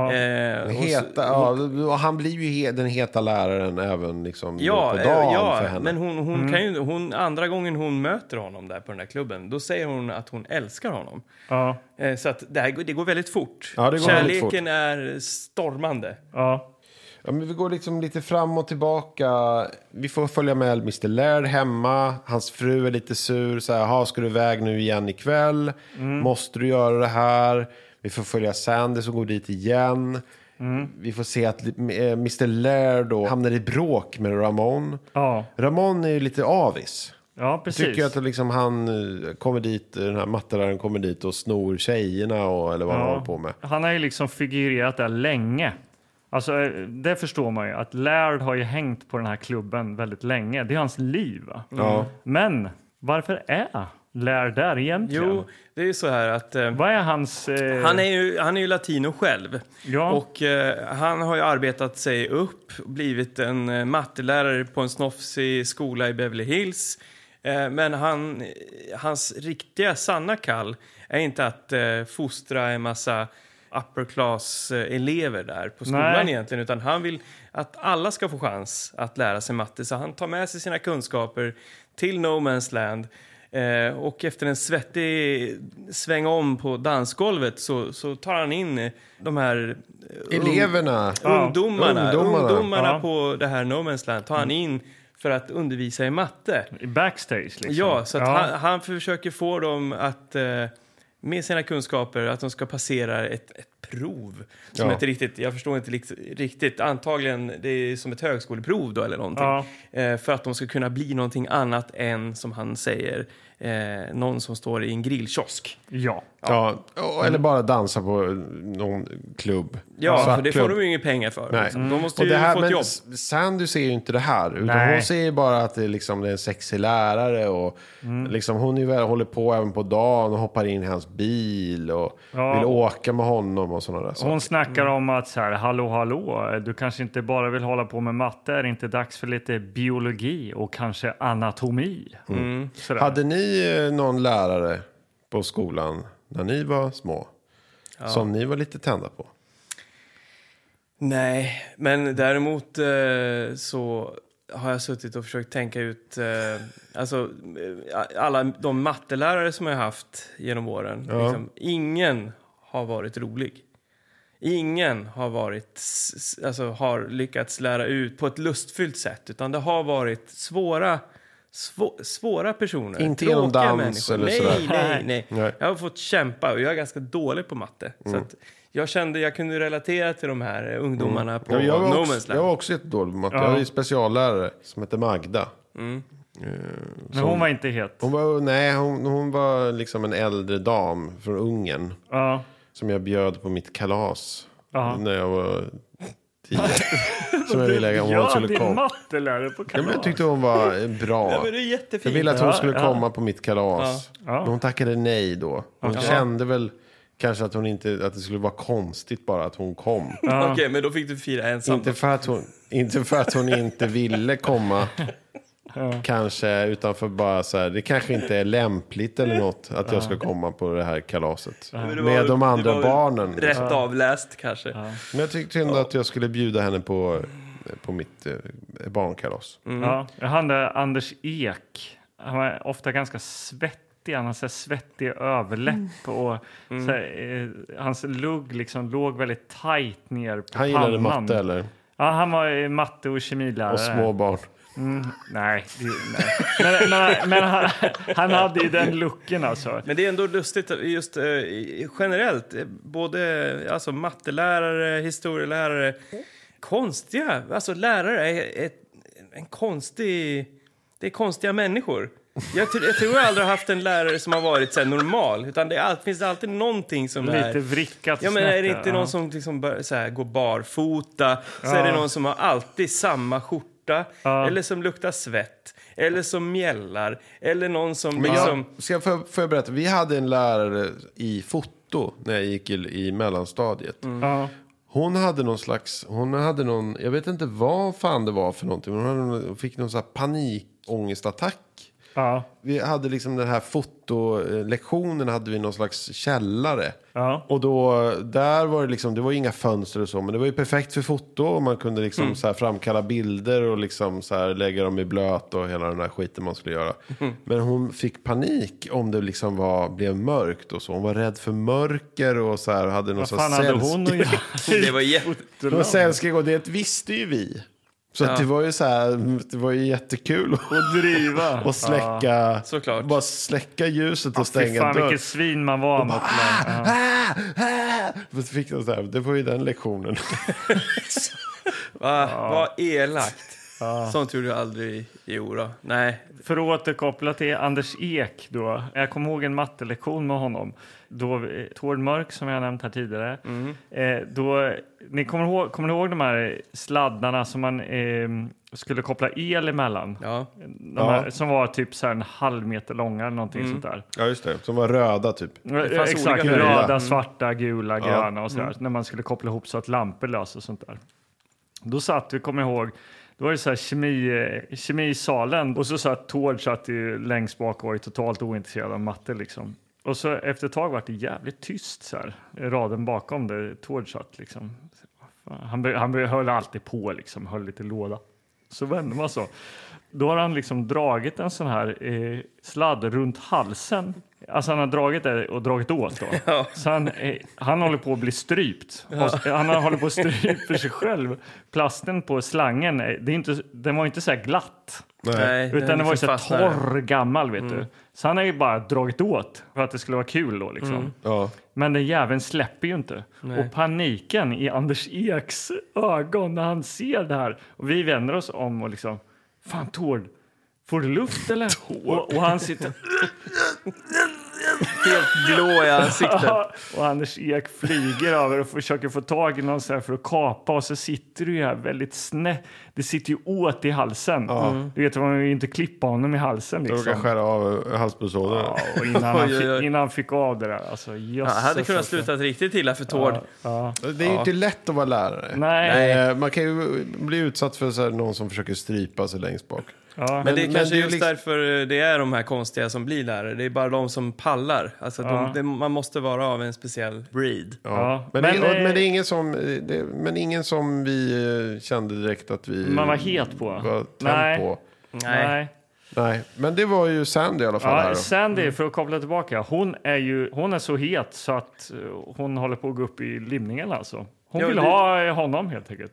Och han blir ju den heta läraren även liksom på dagen för henne. Men hon kan ju, andra gången hon möter honom där på den där klubben, då säger hon att hon älskar honom. Så att det går väldigt fort. Kärleken är stormande. Ja, men vi går liksom lite fram och tillbaka. Vi får följa med Mr. Laird hemma. Hans fru är lite sur. Så här, ska du iväg nu igen ikväll? Måste du göra det här? Vi får följa Sandy som går dit igen. Vi får se att Mr. Laird då hamnar i bråk med Ramon. Ramon är ju lite avis. Ja, precis. Jag tycker att liksom han kommer dit, den här matteläraren kommer dit och snor tjejerna eller vad han håller på med. Han har ju liksom figurerat där länge. Alltså, det förstår man ju. Att Laird har ju hängt på den här klubben väldigt länge. Det är hans liv, va? Men varför är Laird där egentligen? Jo, det är ju så här att... vad är hans... Han är ju latino själv. Ja. Och han har ju arbetat sig upp. Blivit en mattelärare på en snofsig skola i Beverly Hills. Men hans riktiga sanna kall är inte att fostra en massa upper class elever där på skolan egentligen, utan han vill att alla ska få chans att lära sig matte, så han tar med sig sina kunskaper till No Man's Land och efter en svettig sväng om på dansgolvet så tar han in de här eleverna, ungdomarna på det här No Man's Land tar han in för att undervisa i matte. I backstage liksom. Ja, så att han försöker få dem att med sina kunskaper att de ska passera ett prov som inte riktigt, jag förstår inte riktigt, antagligen det är som ett högskoleprov då eller någonting. För att de ska kunna bli någonting annat än, som han säger, någon som står i en grillkiosk. Ja, eller bara dansa på någon klubb. Ja, för det får de ju inga pengar för. Liksom. De måste ju få ett jobb. Sandy ser ju inte det här, utan hon ser ju bara att det är en sexig lärare och liksom, hon är väl, håller på även på dagen och hoppar in i hans bil och vill åka med honom och sådana där saker. Hon snackar om att så här, hallå, du kanske inte bara vill hålla på med matte, är det inte dags för lite biologi och kanske anatomi? Hade ni någon lärare på skolan när ni var små som ni var lite tända på? Nej, men däremot så har jag suttit och försökt tänka ut alltså alla de mattelärare som jag har haft genom åren. Liksom, ingen har varit rolig. Ingen har varit, alltså, har lyckats lära ut på ett lustfyllt sätt, utan det har varit svåra personer. Inte genom dans eller sådär. Nej. Jag har fått kämpa och jag är ganska dålig på matte. Så att jag kände jag kunde relatera till de här ungdomarna på No Man's Land. Jag var också jättedålig på matte. Jag hade en speciallärare som hette Magda. Men hon var inte het. Hon var liksom en äldre dam från Ungern. Som jag bjöd på mitt kalas när jag var 10. Som jag ville att hon skulle komma. Mattelärare på kalas. Men jag tyckte hon var bra. Ja, men det är jättefint. Jag ville att hon skulle komma på mitt kalas. Men hon tackade nej då. Hon kände väl kanske att att det skulle vara konstigt bara att hon kom. Okej, men då fick du fira ensam. Inte för att hon inte ville komma. Kanske, utan för bara så här, det kanske inte är lämpligt eller något att jag ska komma på det här kalaset med de andra barnen. Rätt avläst kanske. Men jag tyckte ändå att jag skulle bjuda henne på mitt barnkalas. Jag hade Anders Ek. Han var ofta ganska svettig. Han hade svettig överläpp och hans lugg liksom låg väldigt tajt ner på pannan. Han gillade matte eller? Ja, han var matte- och kemilärare. Och små barn. Nej. Men han hade ju den looken alltså. Men det är ändå lustigt just generellt. Både alltså, mattelärare, historielärare. Konstiga. Alltså lärare är det är konstiga människor. Jag tror jag aldrig har haft en lärare som har varit så här normal. Utan finns det alltid någonting som lite är... vrickat. Ja, men är det inte någon som liksom så här, går barfota? Så är det någon som har alltid samma skjorta. Eller som luktar svett. Eller som mjällar. Eller någon som... Men får jag berätta? Vi hade en lärare i foto när jag gick i mellanstadiet. Hon hade någon, jag vet inte vad fan det var för någonting. Hon fick någon sån här panikångestattack. Ja. Vi hade liksom den här fotolektionen hade vi någon slags källare. Ja. Och då, där var det liksom, det var inga fönster och så, men det var ju perfekt för foto och man kunde liksom så här framkalla bilder och liksom så här lägga dem i blöt och hela den där skiten man skulle göra. Men hon fick panik om det liksom blev mörkt och så. Hon var rädd för mörker och så här hade någon sån sällskräck. Det var jättesällskräck och det visste ju vi. Så att det var ju så här, det var ju jättekul att driva och släcka, bara släcka ljuset och stänga dörren. Vilket svin man var mot det var ju den lektionen. Vad elakt. Sånt tror du aldrig i Ora. Nej. För att återkoppla till Anders Ek då. Jag kommer ihåg en mattelektion med honom. Då Tord Mörk som jag nämnt här tidigare. Då, ni kommer ni ihåg de här sladdarna som man skulle koppla el emellan? Ja. Här, som var typ så här en halv meter långa eller någonting sånt där. Ja, just det. Som var röda typ. Exakt, röda, svarta, gula, gröna och sådär. När man skulle koppla ihop så att lampor lös och sånt där. Då satt vi, kommer ihåg, då var det så här kemisalen och så satt Tord längst bak och var totalt ointresserad av matte liksom. Och så efter ett tag var det jävligt tyst så här. Raden bakom det Tord satt liksom. Han höll alltid på liksom, höll lite låda. Så vände man så. Då har han liksom dragit en sån här sladd runt halsen. Alltså han har dragit det och dragit åt då. Ja. Så han håller på att bli strypt. Ja. Han håller på att strypa sig själv. Plasten på slangen, den var inte så här glatt. Nej, utan den var så torr gammal, vet du. Så han har ju bara dragit åt för att det skulle vara kul då liksom. Ja. Men den jäveln släpper ju inte. Nej. Och paniken i Anders Eks ögon när han ser det här. Och vi vänder oss om och liksom, fan Tord, får du luft eller? och han sitter helt blå i ansiktet. Och Anders Ek flyger över och försöker få tag i någon så här för att kapa. Och så sitter du här väldigt snett. Det sitter ju åt i halsen. Du vet, man vill inte klippa honom i halsen. Liksom. Du kan skära av halspulsådern. Ja, och innan han fick av det där. Alltså, hade kunnat sluta riktigt illa för Tord. Ja. Det är ju inte lätt att vara lärare. Nej. Man kan ju bli utsatt för så här, någon som försöker strypa sig längst bak. Ja. Men det är kanske just därför det är de här konstiga som blir lärare. Det är bara de som pallar. Alltså man måste vara av en speciell breed. Ja. Men det är ingen som vi kände direkt att vi man var het på. Var på. Nej, men det var ju Sandy i alla fall. Ja, Sandy, för att koppla tillbaka. Hon är så het så att hon håller på att gå upp i limningen alltså. Hon vill ha honom helt enkelt.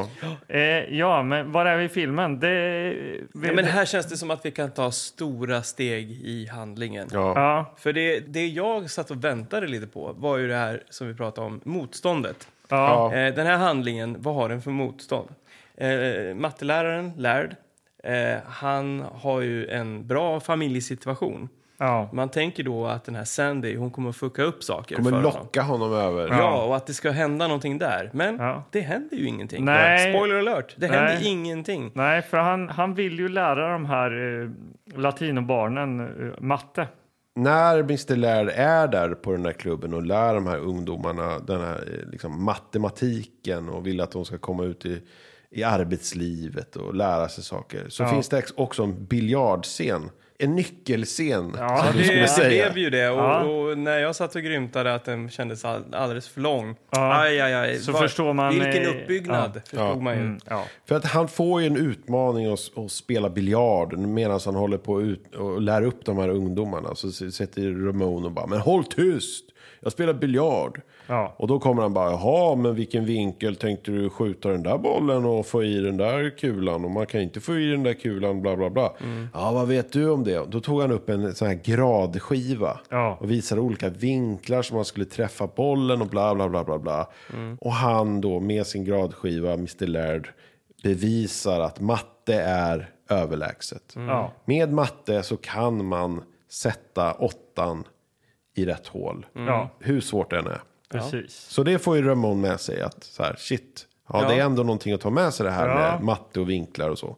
Ja. Men vad är vi i filmen? Men här känns det som att vi kan ta stora steg i handlingen. Ja. För det jag satt och väntade lite på var ju det här som vi pratade om, motståndet. Ja. Den här handlingen, vad har den för motstånd? Matteläraren, Lärd, han har ju en bra familjesituation. Ja. Man tänker då att den här Sandy, hon kommer att fucka upp saker. Kommer locka honom över. Ja, och att det ska hända någonting där. Men det händer ju ingenting. Nej. Spoiler alert, det händer ingenting. Nej, för han vill ju lära de här latinobarnen matte. När Mr. Laird är där på den där klubben och lär de här ungdomarna den här liksom, matematiken och vill att de ska komma ut i arbetslivet och lära sig saker, så finns det också en biljardscen. En nyckelscen. Ja, det blev ju det. Och när jag satt och grymtade att den kändes alldeles för lång. Aj. Så förstår man. Vilken uppbyggnad förstod man ju. För att han får ju en utmaning att spela biljard medan han håller på och lär upp de här ungdomarna. Så sätter Ramon och bara, men håll tyst! jag spelar biljard. Ja. Och då kommer han bara, jaha, men vilken vinkel tänkte du skjuta den där bollen och få i den där kulan? Och man kan inte få i den där kulan, bla bla bla. Ja, vad vet du om det? Då tog han upp en sån här gradskiva och visade olika vinklar som man skulle träffa bollen och bla bla bla bla bla. Och han då med sin gradskiva, Mr. Laird, bevisar att matte är överlägset. Med matte så kan man sätta 8 i rätt hål. Hur svårt det än är. Precis. Så det får ju Ramon med sig att så här, shit, det är ändå någonting att ta med sig det här med matte och vinklar och så.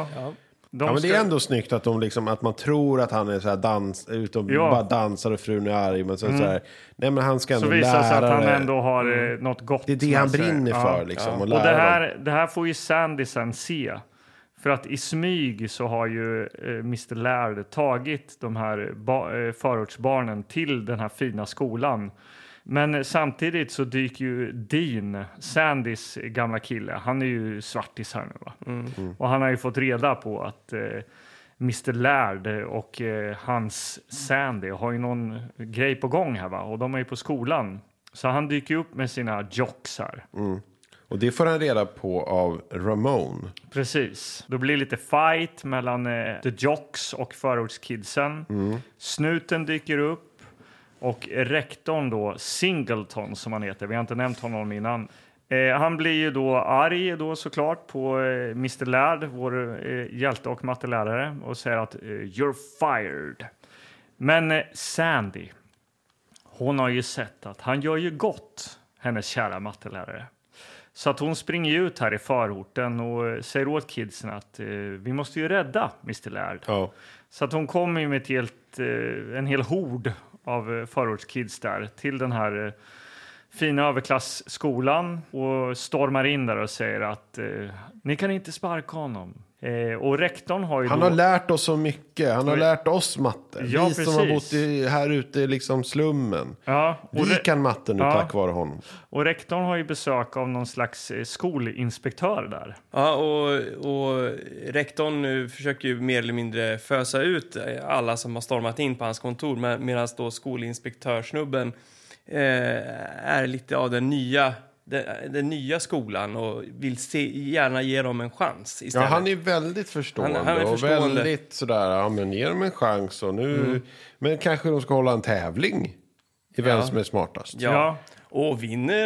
Men det är ändå snyggt att de liksom, att man tror att han är så här bara dansar och frun är arg, men sen så här, nej men han ska ändå lära. Så visar sig att han ändå har något gott. Det är det han brinner för liksom. Och det här får ju Sandy sen se. För att i smyg så har ju Mr. Laird tagit de här förortsbarnen till den här fina skolan. Men samtidigt så dyker ju Dean, Sandys gamla kille, han är ju svartis här nu va? Och han har ju fått reda på att Mr. Laird och hans Sandy har ju någon grej på gång här va? Och de är ju på skolan. Så han dyker upp med sina jocks här. Och det får han reda på av Ramon. Precis. Då blir det lite fight mellan The Jocks och förortskidsen. Snuten dyker upp. Och rektorn då, Singleton som han heter, vi har inte nämnt honom innan. Han blir ju då arg då såklart på Mr. Laird, vår hjälte och mattelärare. Och säger att you're fired. Men Sandy, hon har ju sett att han gör ju gott, hennes kära mattelärare. Så att hon springer ut här i förorten och säger åt kidsen att vi måste ju rädda Mr. Laird. Så att hon kommer ju med en hel hord av förortskids där till den här fina överklassskolan och stormar in där och säger att ni kan inte sparka honom. Och rektorn har ju han har lärt oss så mycket. Han har lärt oss matte. Vi precis. som har bott här ute i liksom slummen. Vi kan matte nu tack vare honom. Och rektorn har ju besök av någon slags skolinspektör där. Ja, och rektorn försöker ju mer eller mindre fösa ut alla som har stormat in på hans kontor. Medan då skolinspektörsnubben är lite av den nya skolan och vill gärna ge dem en chans istället. Ja, han är väldigt förstående, han är och väldigt sådär, ja men ge dem en chans och nu, men kanske de ska hålla en tävling i vem som är smartast. Ja. Och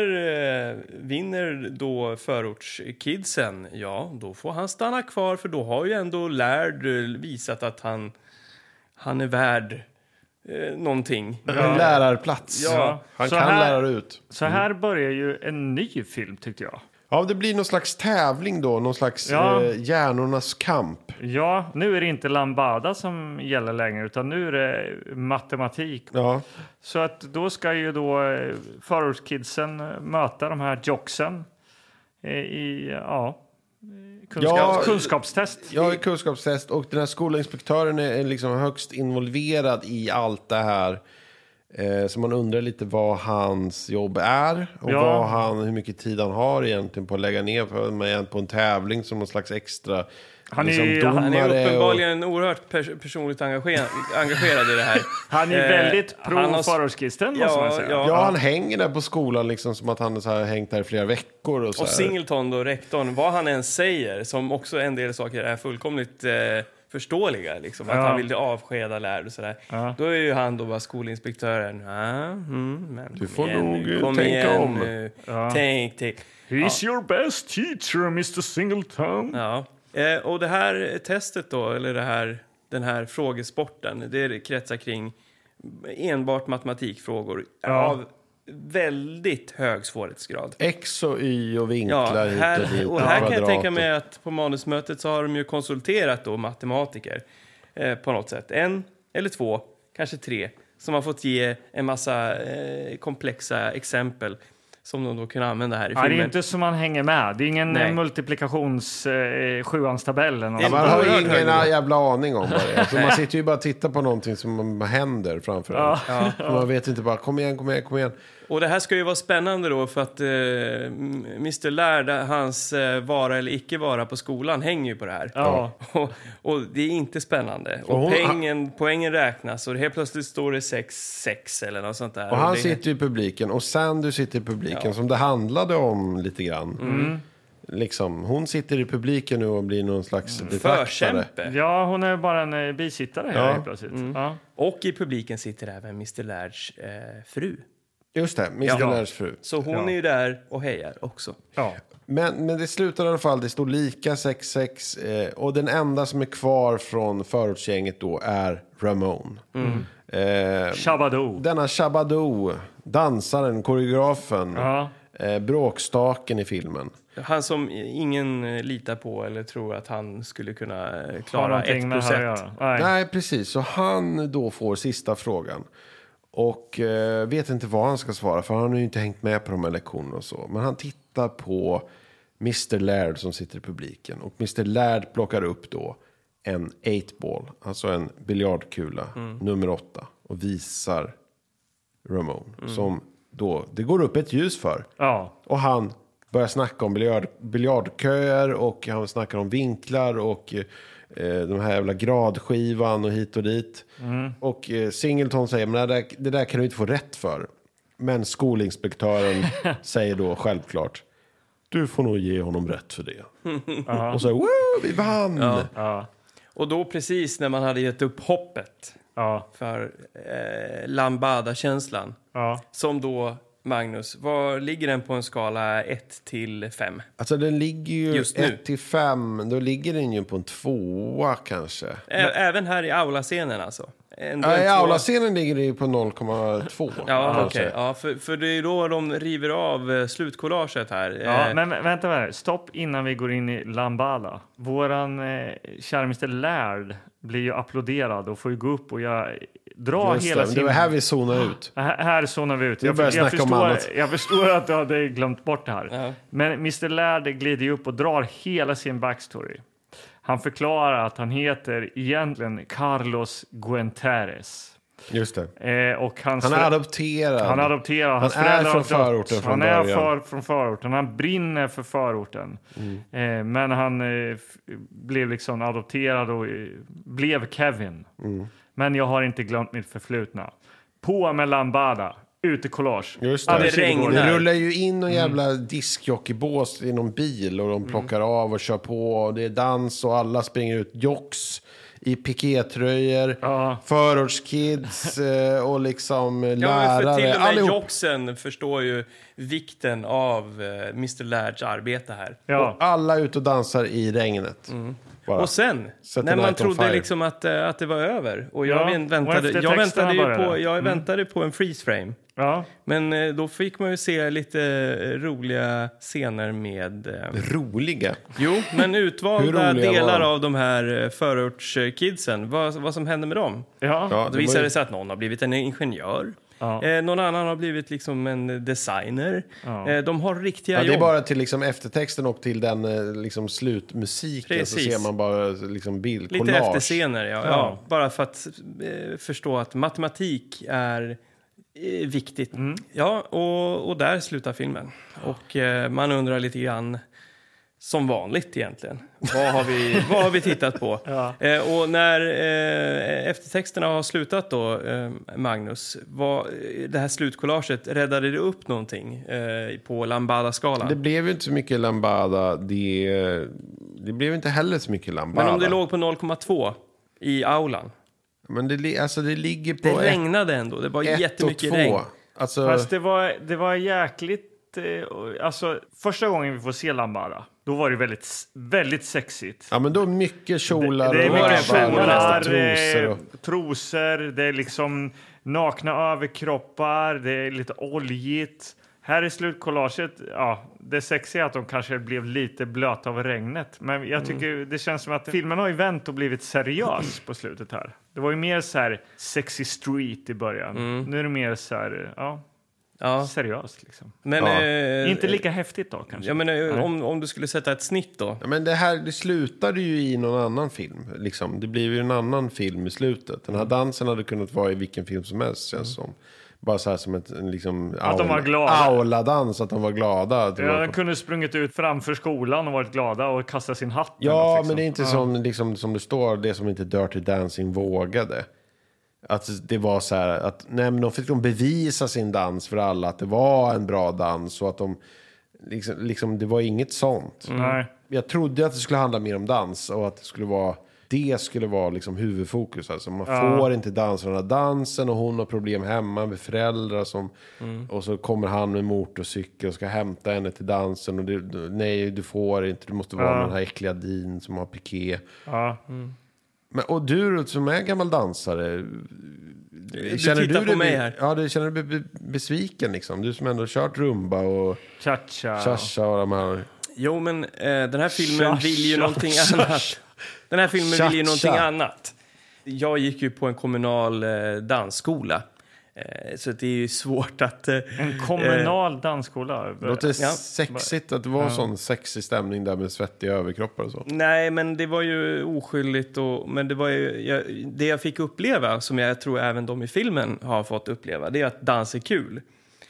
vinner då förortskidsen, då får han stanna kvar, för då har ju ändå Laird visat att han är värd någonting. En lärarplats. Han kan lära ut. Så här börjar ju en ny film tyckte jag. Ja, det blir någon slags tävling då. Någon slags hjärnornas kamp. Ja, nu är det inte lambada som gäller längre, utan nu är det matematik. Så att då ska ju då förortskidsen möta de här jocksen i kunskapstest. Ja, kunskapstest. Och den här skolinspektören är liksom högst involverad i allt det här. Så man undrar lite vad hans jobb är. Och hur mycket tid han har egentligen på att lägga ner på en tävling som någon slags extra. Han är uppenbarligen oerhört personligt engagerad i det här. Han är väldigt pro-förortskisten, måste man säga. Ja, han hänger där på skolan liksom som att han har hängt där i flera veckor. Och Singleton då, rektorn, vad han än säger, som också en del saker är fullkomligt förståeliga. Liksom, att han vill avskeda lärare och sådär. Då är ju han då bara skolinspektören. Men du får nog tänka om. Tänk. He's your best teacher, Mr. Singleton. Och det här testet då, eller den här frågesporten, det kretsar kring enbart matematikfrågor av väldigt hög svårighetsgrad. X och Y och vinklar hit och dit. Och här kan jag tänka mig att på manusmötet så har de ju konsulterat då matematiker på något sätt. 1 eller 2, kanske 3, som har fått ge en massa komplexa exempel som de då kan använda här i filmen. Det är inte som man hänger med. Det är ingen multiplikations sjuanstabell. Man har ingen jävla aning om vad det är. Alltså man sitter ju bara och tittar på någonting som händer framför en. Man vet inte bara, kom igen. Och det här ska ju vara spännande då för att Mr. Laird, hans vara eller icke vara på skolan hänger ju på det här. Ja. Och det är inte spännande. Och poängen räknas och helt plötsligt står det 6-6 eller något sånt där. Och han sitter i publiken och Sandy sitter i publiken som det handlade om lite grann. Liksom, hon sitter i publiken nu och blir någon slags förkämpe. Ja, hon är bara en bisittare här helt plötsligt. Ja. Och i publiken sitter även Mr. Lairds fru. Just det, Mr. Lairds fru. Så hon är ju där och hejar också. Ja. Men det slutar i alla fall, det står lika 6-6 och den enda som är kvar från förortsgänget då är Ramon. Shabba-Doo. Denna Shabba-Doo, dansaren, koreografen, bråkstaken i filmen. Han som ingen litar på eller tror att han skulle kunna klara 1%. Nej, precis. Så han då får sista frågan. Och vet inte vad han ska svara, för han har ju inte hängt med på de här lektionerna och så. Men han tittar på Mr. Laird som sitter i publiken. Och Mr. Laird plockar upp då en 8-ball, alltså en biljardkula, nummer 8. Och visar Ramon. Som då, det går upp ett ljus för. Ja. Och han börjar snacka om biljardköer och han snackar om vinklar och de här jävla gradskivan och hit och dit. Och Singleton säger, men det där kan du inte få rätt för. Men skolinspektören säger då självklart, du får nog ge honom rätt för det. Och så, woo, vi vann! Ja. Och då precis när man hade gett upp hoppet för lambada-känslan. Som då, Magnus, var ligger den på en skala 1-5? Alltså den ligger ju just nu 1-5, då ligger den ju på en 2 kanske. Även här i aula-scenen alltså? I aula-scenen ligger det ju på 0,2. Ja, okej. Ja, för det är då de river av slutcollaget här. Ja, men vänta, stopp innan vi går in i Lambada. Våran kära Mr. Laird blir ju applåderad och får ju gå upp och dra hela sin... Det var här vi zonar ut. Här zonar vi ut. Jag förstår att du hade glömt bort det här. Ja. Men Mr. Laird glider ju upp och drar hela sin backstory. Han förklarar att han heter egentligen Carlos Guenteres. Just det. Och han är adopterad. Han är från förorten från början. Han är från förorten. Han brinner för förorten. Men han blev liksom adopterad och blev Kevin. Men jag har inte glömt mitt förflutna. På med Lambada. Ute collage. Just det. Det rullar ju in en jävla diskjockeybås i någon bil och de plockar av och kör på och det är dans och alla springer ut jocks i pikétröjor, förortskids och liksom lärare. För till och med jocksen förstår ju vikten av Mr. Lairds arbete här. Ja. Och alla ut och dansar i regnet. Och sen, när man trodde liksom att det var över och jag väntade på en freeze frame. Ja. Men då fick man ju se lite roliga scener med... Roliga? Jo, men utvalda delar av de här förortskidsen. Vad som hände med dem? Ja. Då visade det sig att någon har blivit en ingenjör. Ja. Någon annan har blivit liksom en designer. Ja. De har riktiga jobb. Det är bara till liksom eftertexten och till den liksom slutmusiken. Precis. Så ser man bara liksom bildkollage. Lite efterscener, ja. Bara för att förstå att matematik är viktigt. Ja, och där slutar filmen. Och man undrar lite grann, som vanligt egentligen, vad har vi tittat på? Och när eftertexterna har slutat då, Magnus, det här slutkollaget, räddade det upp någonting på Lambada-skalan? Det blev ju inte så mycket Lambada. Det blev inte heller så mycket Lambada. Men om det låg på 0,2 i aulan? Men det ligger på... Det regnade ändå, det var jättemycket regn. Alltså... Fast det var jäkligt... Alltså, första gången vi får se Lambada, då var det väldigt, väldigt sexigt. Ja, men då mycket kjolar det är mycket kjolar, trosor. Det är liksom nakna överkroppar. Det är lite oljigt. Här i slutkollaget, det sexiga är att de kanske blev lite blöta av regnet. Men jag tycker det känns som att filmen har ju vänt och blivit seriös på slutet här. Det var ju mer så här sexy street i början. Nu är det mer så här, seriöst liksom. Men inte lika häftigt då kanske. Jag menar, om du skulle sätta ett snitt då. Ja, men det slutade ju i någon annan film liksom. Det blev ju en annan film i slutet. Den här dansen hade kunnat vara i vilken film som helst, känns som. Bara så här som en liksom att de var glada. Auladans, att de var glada. De kunde sprungit ut framför skolan och varit glada och kastat sin hatt. Ja, liksom. men det är inte som det står, det som inte Dirty Dancing vågade. Att det var så här att nej, men de fick bevisa sin dans för alla, att det var en bra dans och att de liksom det var inget sånt. Nej. Jag trodde att det skulle handla mer om dans och att det skulle vara liksom huvudfokus. Alltså man får inte dansa den här dansen och hon har problem hemma med föräldrar och så kommer han med motorcykel och ska hämta henne till dansen och nej, du får inte, du måste vara med den här äckliga din som har piké. Ja. Men, och du som är gammal dansare, känner du på mig här? Ja, du känner dig besviken liksom. Du som ändå har kört rumba och cha-cha och de här. Jo, men den här filmen vill ju någonting annat. Den här filmen vill ju någonting annat. Jag gick ju på en kommunal dansskola. Så det är ju svårt att... en kommunal dansskola? Det låter sexigt att det var sån sexig stämning där med svettiga överkroppar och så. Nej, men det var ju oskyldigt. Men det var ju... det jag fick uppleva, som jag tror även de i filmen har fått uppleva, det är att dans är kul.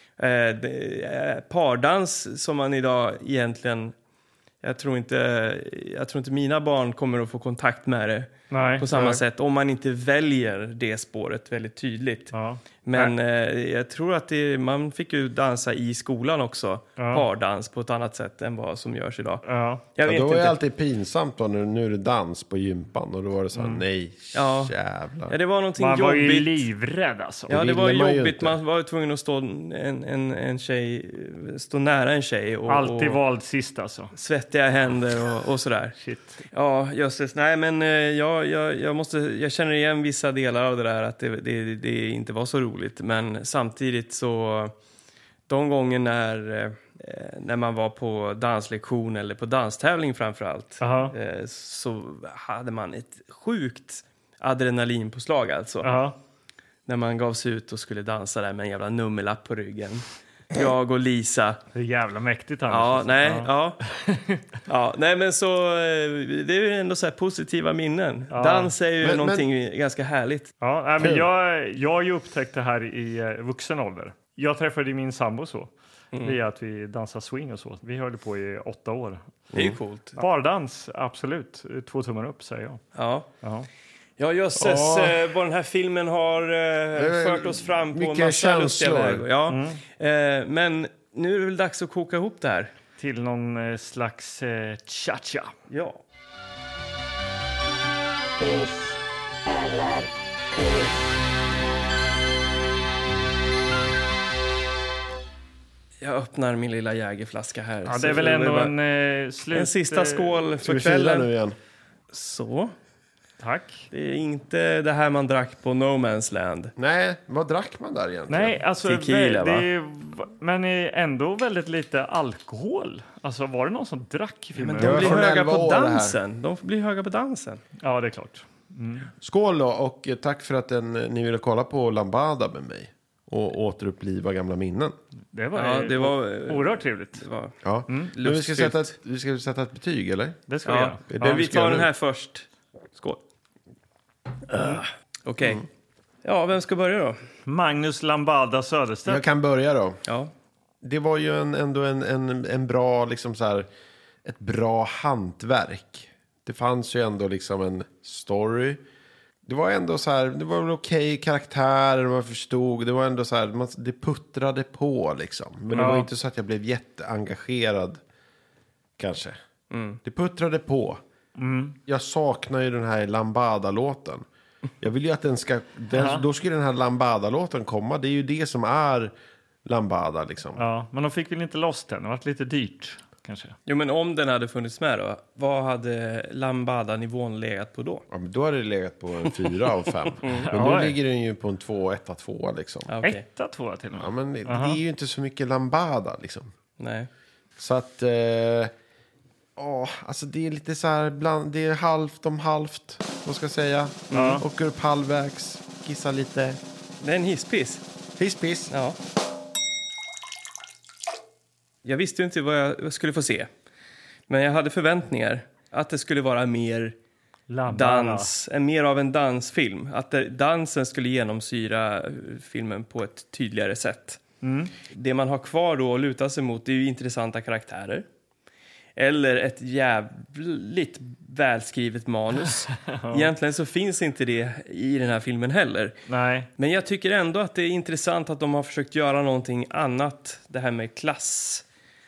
Pardans som man idag egentligen... Jag tror inte mina barn kommer att få kontakt med det på samma sätt om man inte väljer det spåret väldigt tydligt. Ja. Men jag tror att man fick ju dansa i skolan också, pardans på ett annat sätt än vad som görs idag. Ja. Då var det alltid pinsamt då, nu är det dans på gympan och då var det så här, nej, jävlar. Ja, det var någonting man jobbigt. Man var ju livrädd alltså. Ja, det var jobbigt. Man var tvungen att stå nära en tjej. Alltid vald sist alltså. Svettiga händer och sådär. Shit. Ja, just nej, men jag känner igen vissa delar av det där, att det inte var så roligt. Men samtidigt så de gånger när man var på danslektion eller på danstävling framförallt, så hade man ett sjukt adrenalinpåslag alltså. När man gav sig ut och skulle dansa där med en jävla nummerlapp på ryggen. Jag och Lisa. Det är jävla mäktigt annars. Ja, nej, nej, men så det är ju ändå så här positiva minnen. Dans är ju någonting ganska härligt. Ja, men jag har ju upptäckt det här i vuxen ålder. Jag träffade min sambo så. Via att vi dansar swing och så. Vi höll på i 8 år. Det är ju coolt. Bardans, absolut. 2 tummar upp, säger jag. Ja, jösses, vad den här filmen har fört oss fram på en massa lustiga vägar. Ja. Men nu är det väl dags att koka ihop det här. Till någon slags cha-cha. Ja. Jag öppnar min lilla jägerflaska här. Ja, det är väl ändå en sista skål för kvällen. Nu igen. Så. Tack. Det är inte det här man drack på No Man's Land. Nej, vad drack man där egentligen? Nej, alltså tequila, men ändå väldigt lite alkohol. Alltså var det någon som drack i filmen? Men de blir höga på dansen. De blir höga på dansen. Ja, det är klart. Skål då, och tack för att ni ville kolla på Lambada med mig och återuppliva gamla minnen. Det var oerhört trevligt. Det var vi ska sätta ett betyg, eller? Det ska vi göra. Men vi tar den här först. Skål. Okej. Ja, vem ska börja då? Magnus Lambada Söderstedt. Jag kan börja då. Ja. Det var ju ändå en bra, liksom så här, ett bra hantverk. Det fanns ju ändå liksom en story. Det var ändå så här, det var väl okej karaktärer, man förstod. Det var ändå så här, det puttrade på liksom. Men det var inte så att jag blev jätteengagerad kanske. Det puttrade på. Jag saknar ju den här Lambada-låten. Jag vill ju att den ska... Då ska den här Lambada-låten komma. Det är ju det som är Lambada liksom. Ja, men de fick väl inte loss den. Det var lite dyrt kanske. Jo, men om den hade funnits med då, vad hade Lambada-nivån legat på då? Ja, men då hade det legat på en 4 av 5. Men nu ligger den ju på en 1-2 liksom. Okay. 1-2 till och med. Ja, men det är ju inte så mycket Lambada liksom. Nej. Så att... alltså det är lite så här det är halvt om halvt, vad ska jag säga. Åker upp halvvägs, kissar lite. Det är en hisspiss. Hisspiss. Ja. Jag visste ju inte vad jag skulle få se. Men jag hade förväntningar att det skulle vara mer mer av en dansfilm. Att dansen skulle genomsyra filmen på ett tydligare sätt. Det man har kvar då att luta sig mot är ju intressanta karaktärer. Eller ett jävligt välskrivet manus. Egentligen så finns inte det i den här filmen heller. Nej. Men jag tycker ändå att det är intressant att de har försökt göra någonting annat. Det här med klass.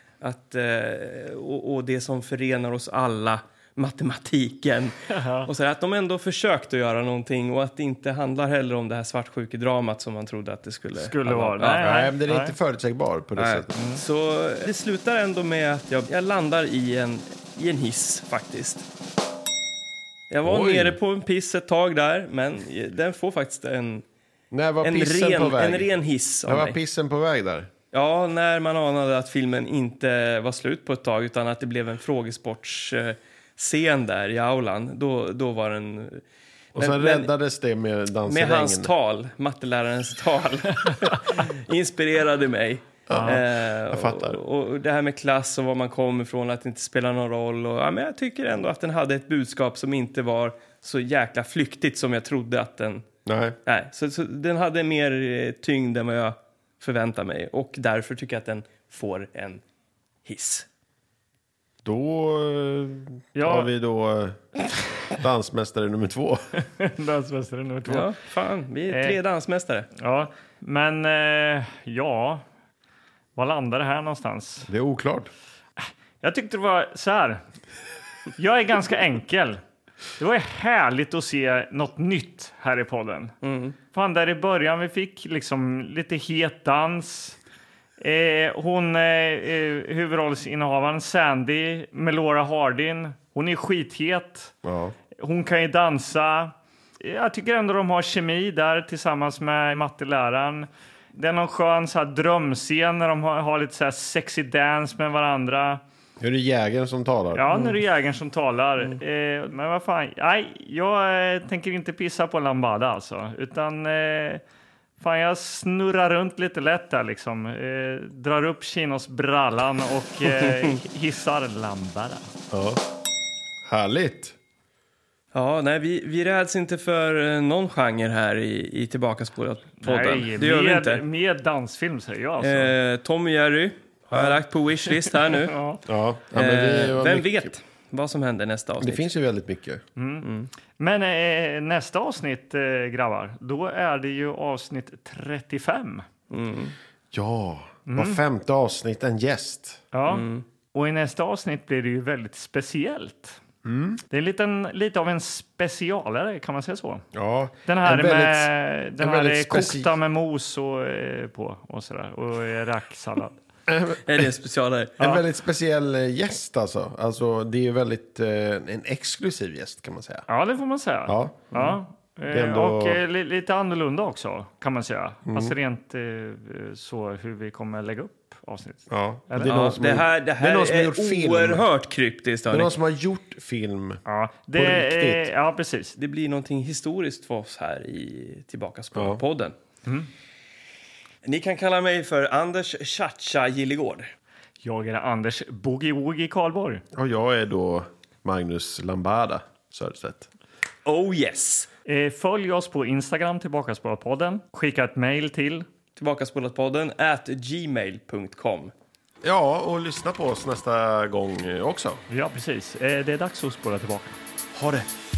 Och det som förenar oss alla. Matematiken. Och så att de ändå försökte göra någonting. Och att det inte handlar heller om det här svartsjukedramat som man trodde att det skulle vara. Nej, det är inte förutsägbar på det sättet. Så det slutar ändå med att jag landar i en hiss faktiskt. Jag var nere på en piss ett tag där, men den får faktiskt en ren hiss. När var pissen på väg där? Ja, när man anade att filmen inte var slut på ett tag utan att det blev en frågesportsscen där i aulan. Då var den... Och sen räddades det med dansen. Med hans tal, mattelärarens tal. Inspirerade mig. Jag fattar. Och det här med klass och var man kommer ifrån, att det inte spelar någon roll. Men jag tycker ändå att den hade ett budskap som inte var så jäkla flyktigt som jag trodde att den... Nej. Så den hade mer tyngd än vad jag förväntar mig. Och därför tycker jag att den får en hiss. Då har vi då dansmästare nummer 2. Dansmästare nummer 2. Ja, fan. Vi är 3 dansmästare. Ja, men var landar det här någonstans? Det är oklart. Jag tyckte det var så här. Jag är ganska enkel. Det var härligt att se något nytt här i podden. Fan, där i början vi fick liksom lite het dans. Huvudrollsinnehavaren Sandy, Melora Hardin, hon är skithet. Ja. Hon kan ju dansa. Jag tycker ändå de har kemi där tillsammans med matteläraren. Det är någon skön så här drömscen när de har lite så här sexy dance med varandra. Är det jägaren som talar? Ja, nu är det jägaren som talar. Men vad fan, jag tänker inte pissa på lambada alltså. Utan fan, jag snurrar runt lite lätt där liksom. Drar upp chinos brallan och hissar lambada. Ja. Härligt. Ja, nej, vi räds inte för någon genre här i Tillbakaspolat-podden. Nej, det gör vi inte. Med dansfilm säger jag alltså. Tom och Jerry har jag lagt på wishlist här nu. Vem vet vad som händer nästa avsnitt? Det finns ju väldigt mycket. Men nästa avsnitt, grabbar, då är det ju avsnitt 35. Ja, var 5:e avsnitt en gäst. Ja, och i nästa avsnitt blir det ju väldigt speciellt. Det är lite av en specialare, kan man säga så. Ja, den här kokta med mos och sådär, och racksallad. Är det en specialare? En väldigt speciell gäst alltså. Alltså det är ju väldigt en exklusiv gäst kan man säga. Ja, det får man säga. Ja. Ändå... Och lite annorlunda också kan man säga. Alltså rent så hur vi kommer lägga upp avsnitt. Ja. Det här är oerhört kryptiskt. Det är någon som har gjort film. Ja, ja, precis. Det blir någonting historiskt för oss här i Tillbakaspolat-podden. Ni kan kalla mig för Anders Chacha Gillegård. Jag är Anders Boogie Woogie Karlborg. Och jag är då Magnus Lambada Söderstedt. Oh yes! Följ oss på Instagram, Tillbakaspolat-podden. Skicka ett mejl till Tillbakaspolatpodden@gmail.com. Ja, och lyssna på oss nästa gång också. Ja, precis. Det är dags att spola tillbaka. Ha det!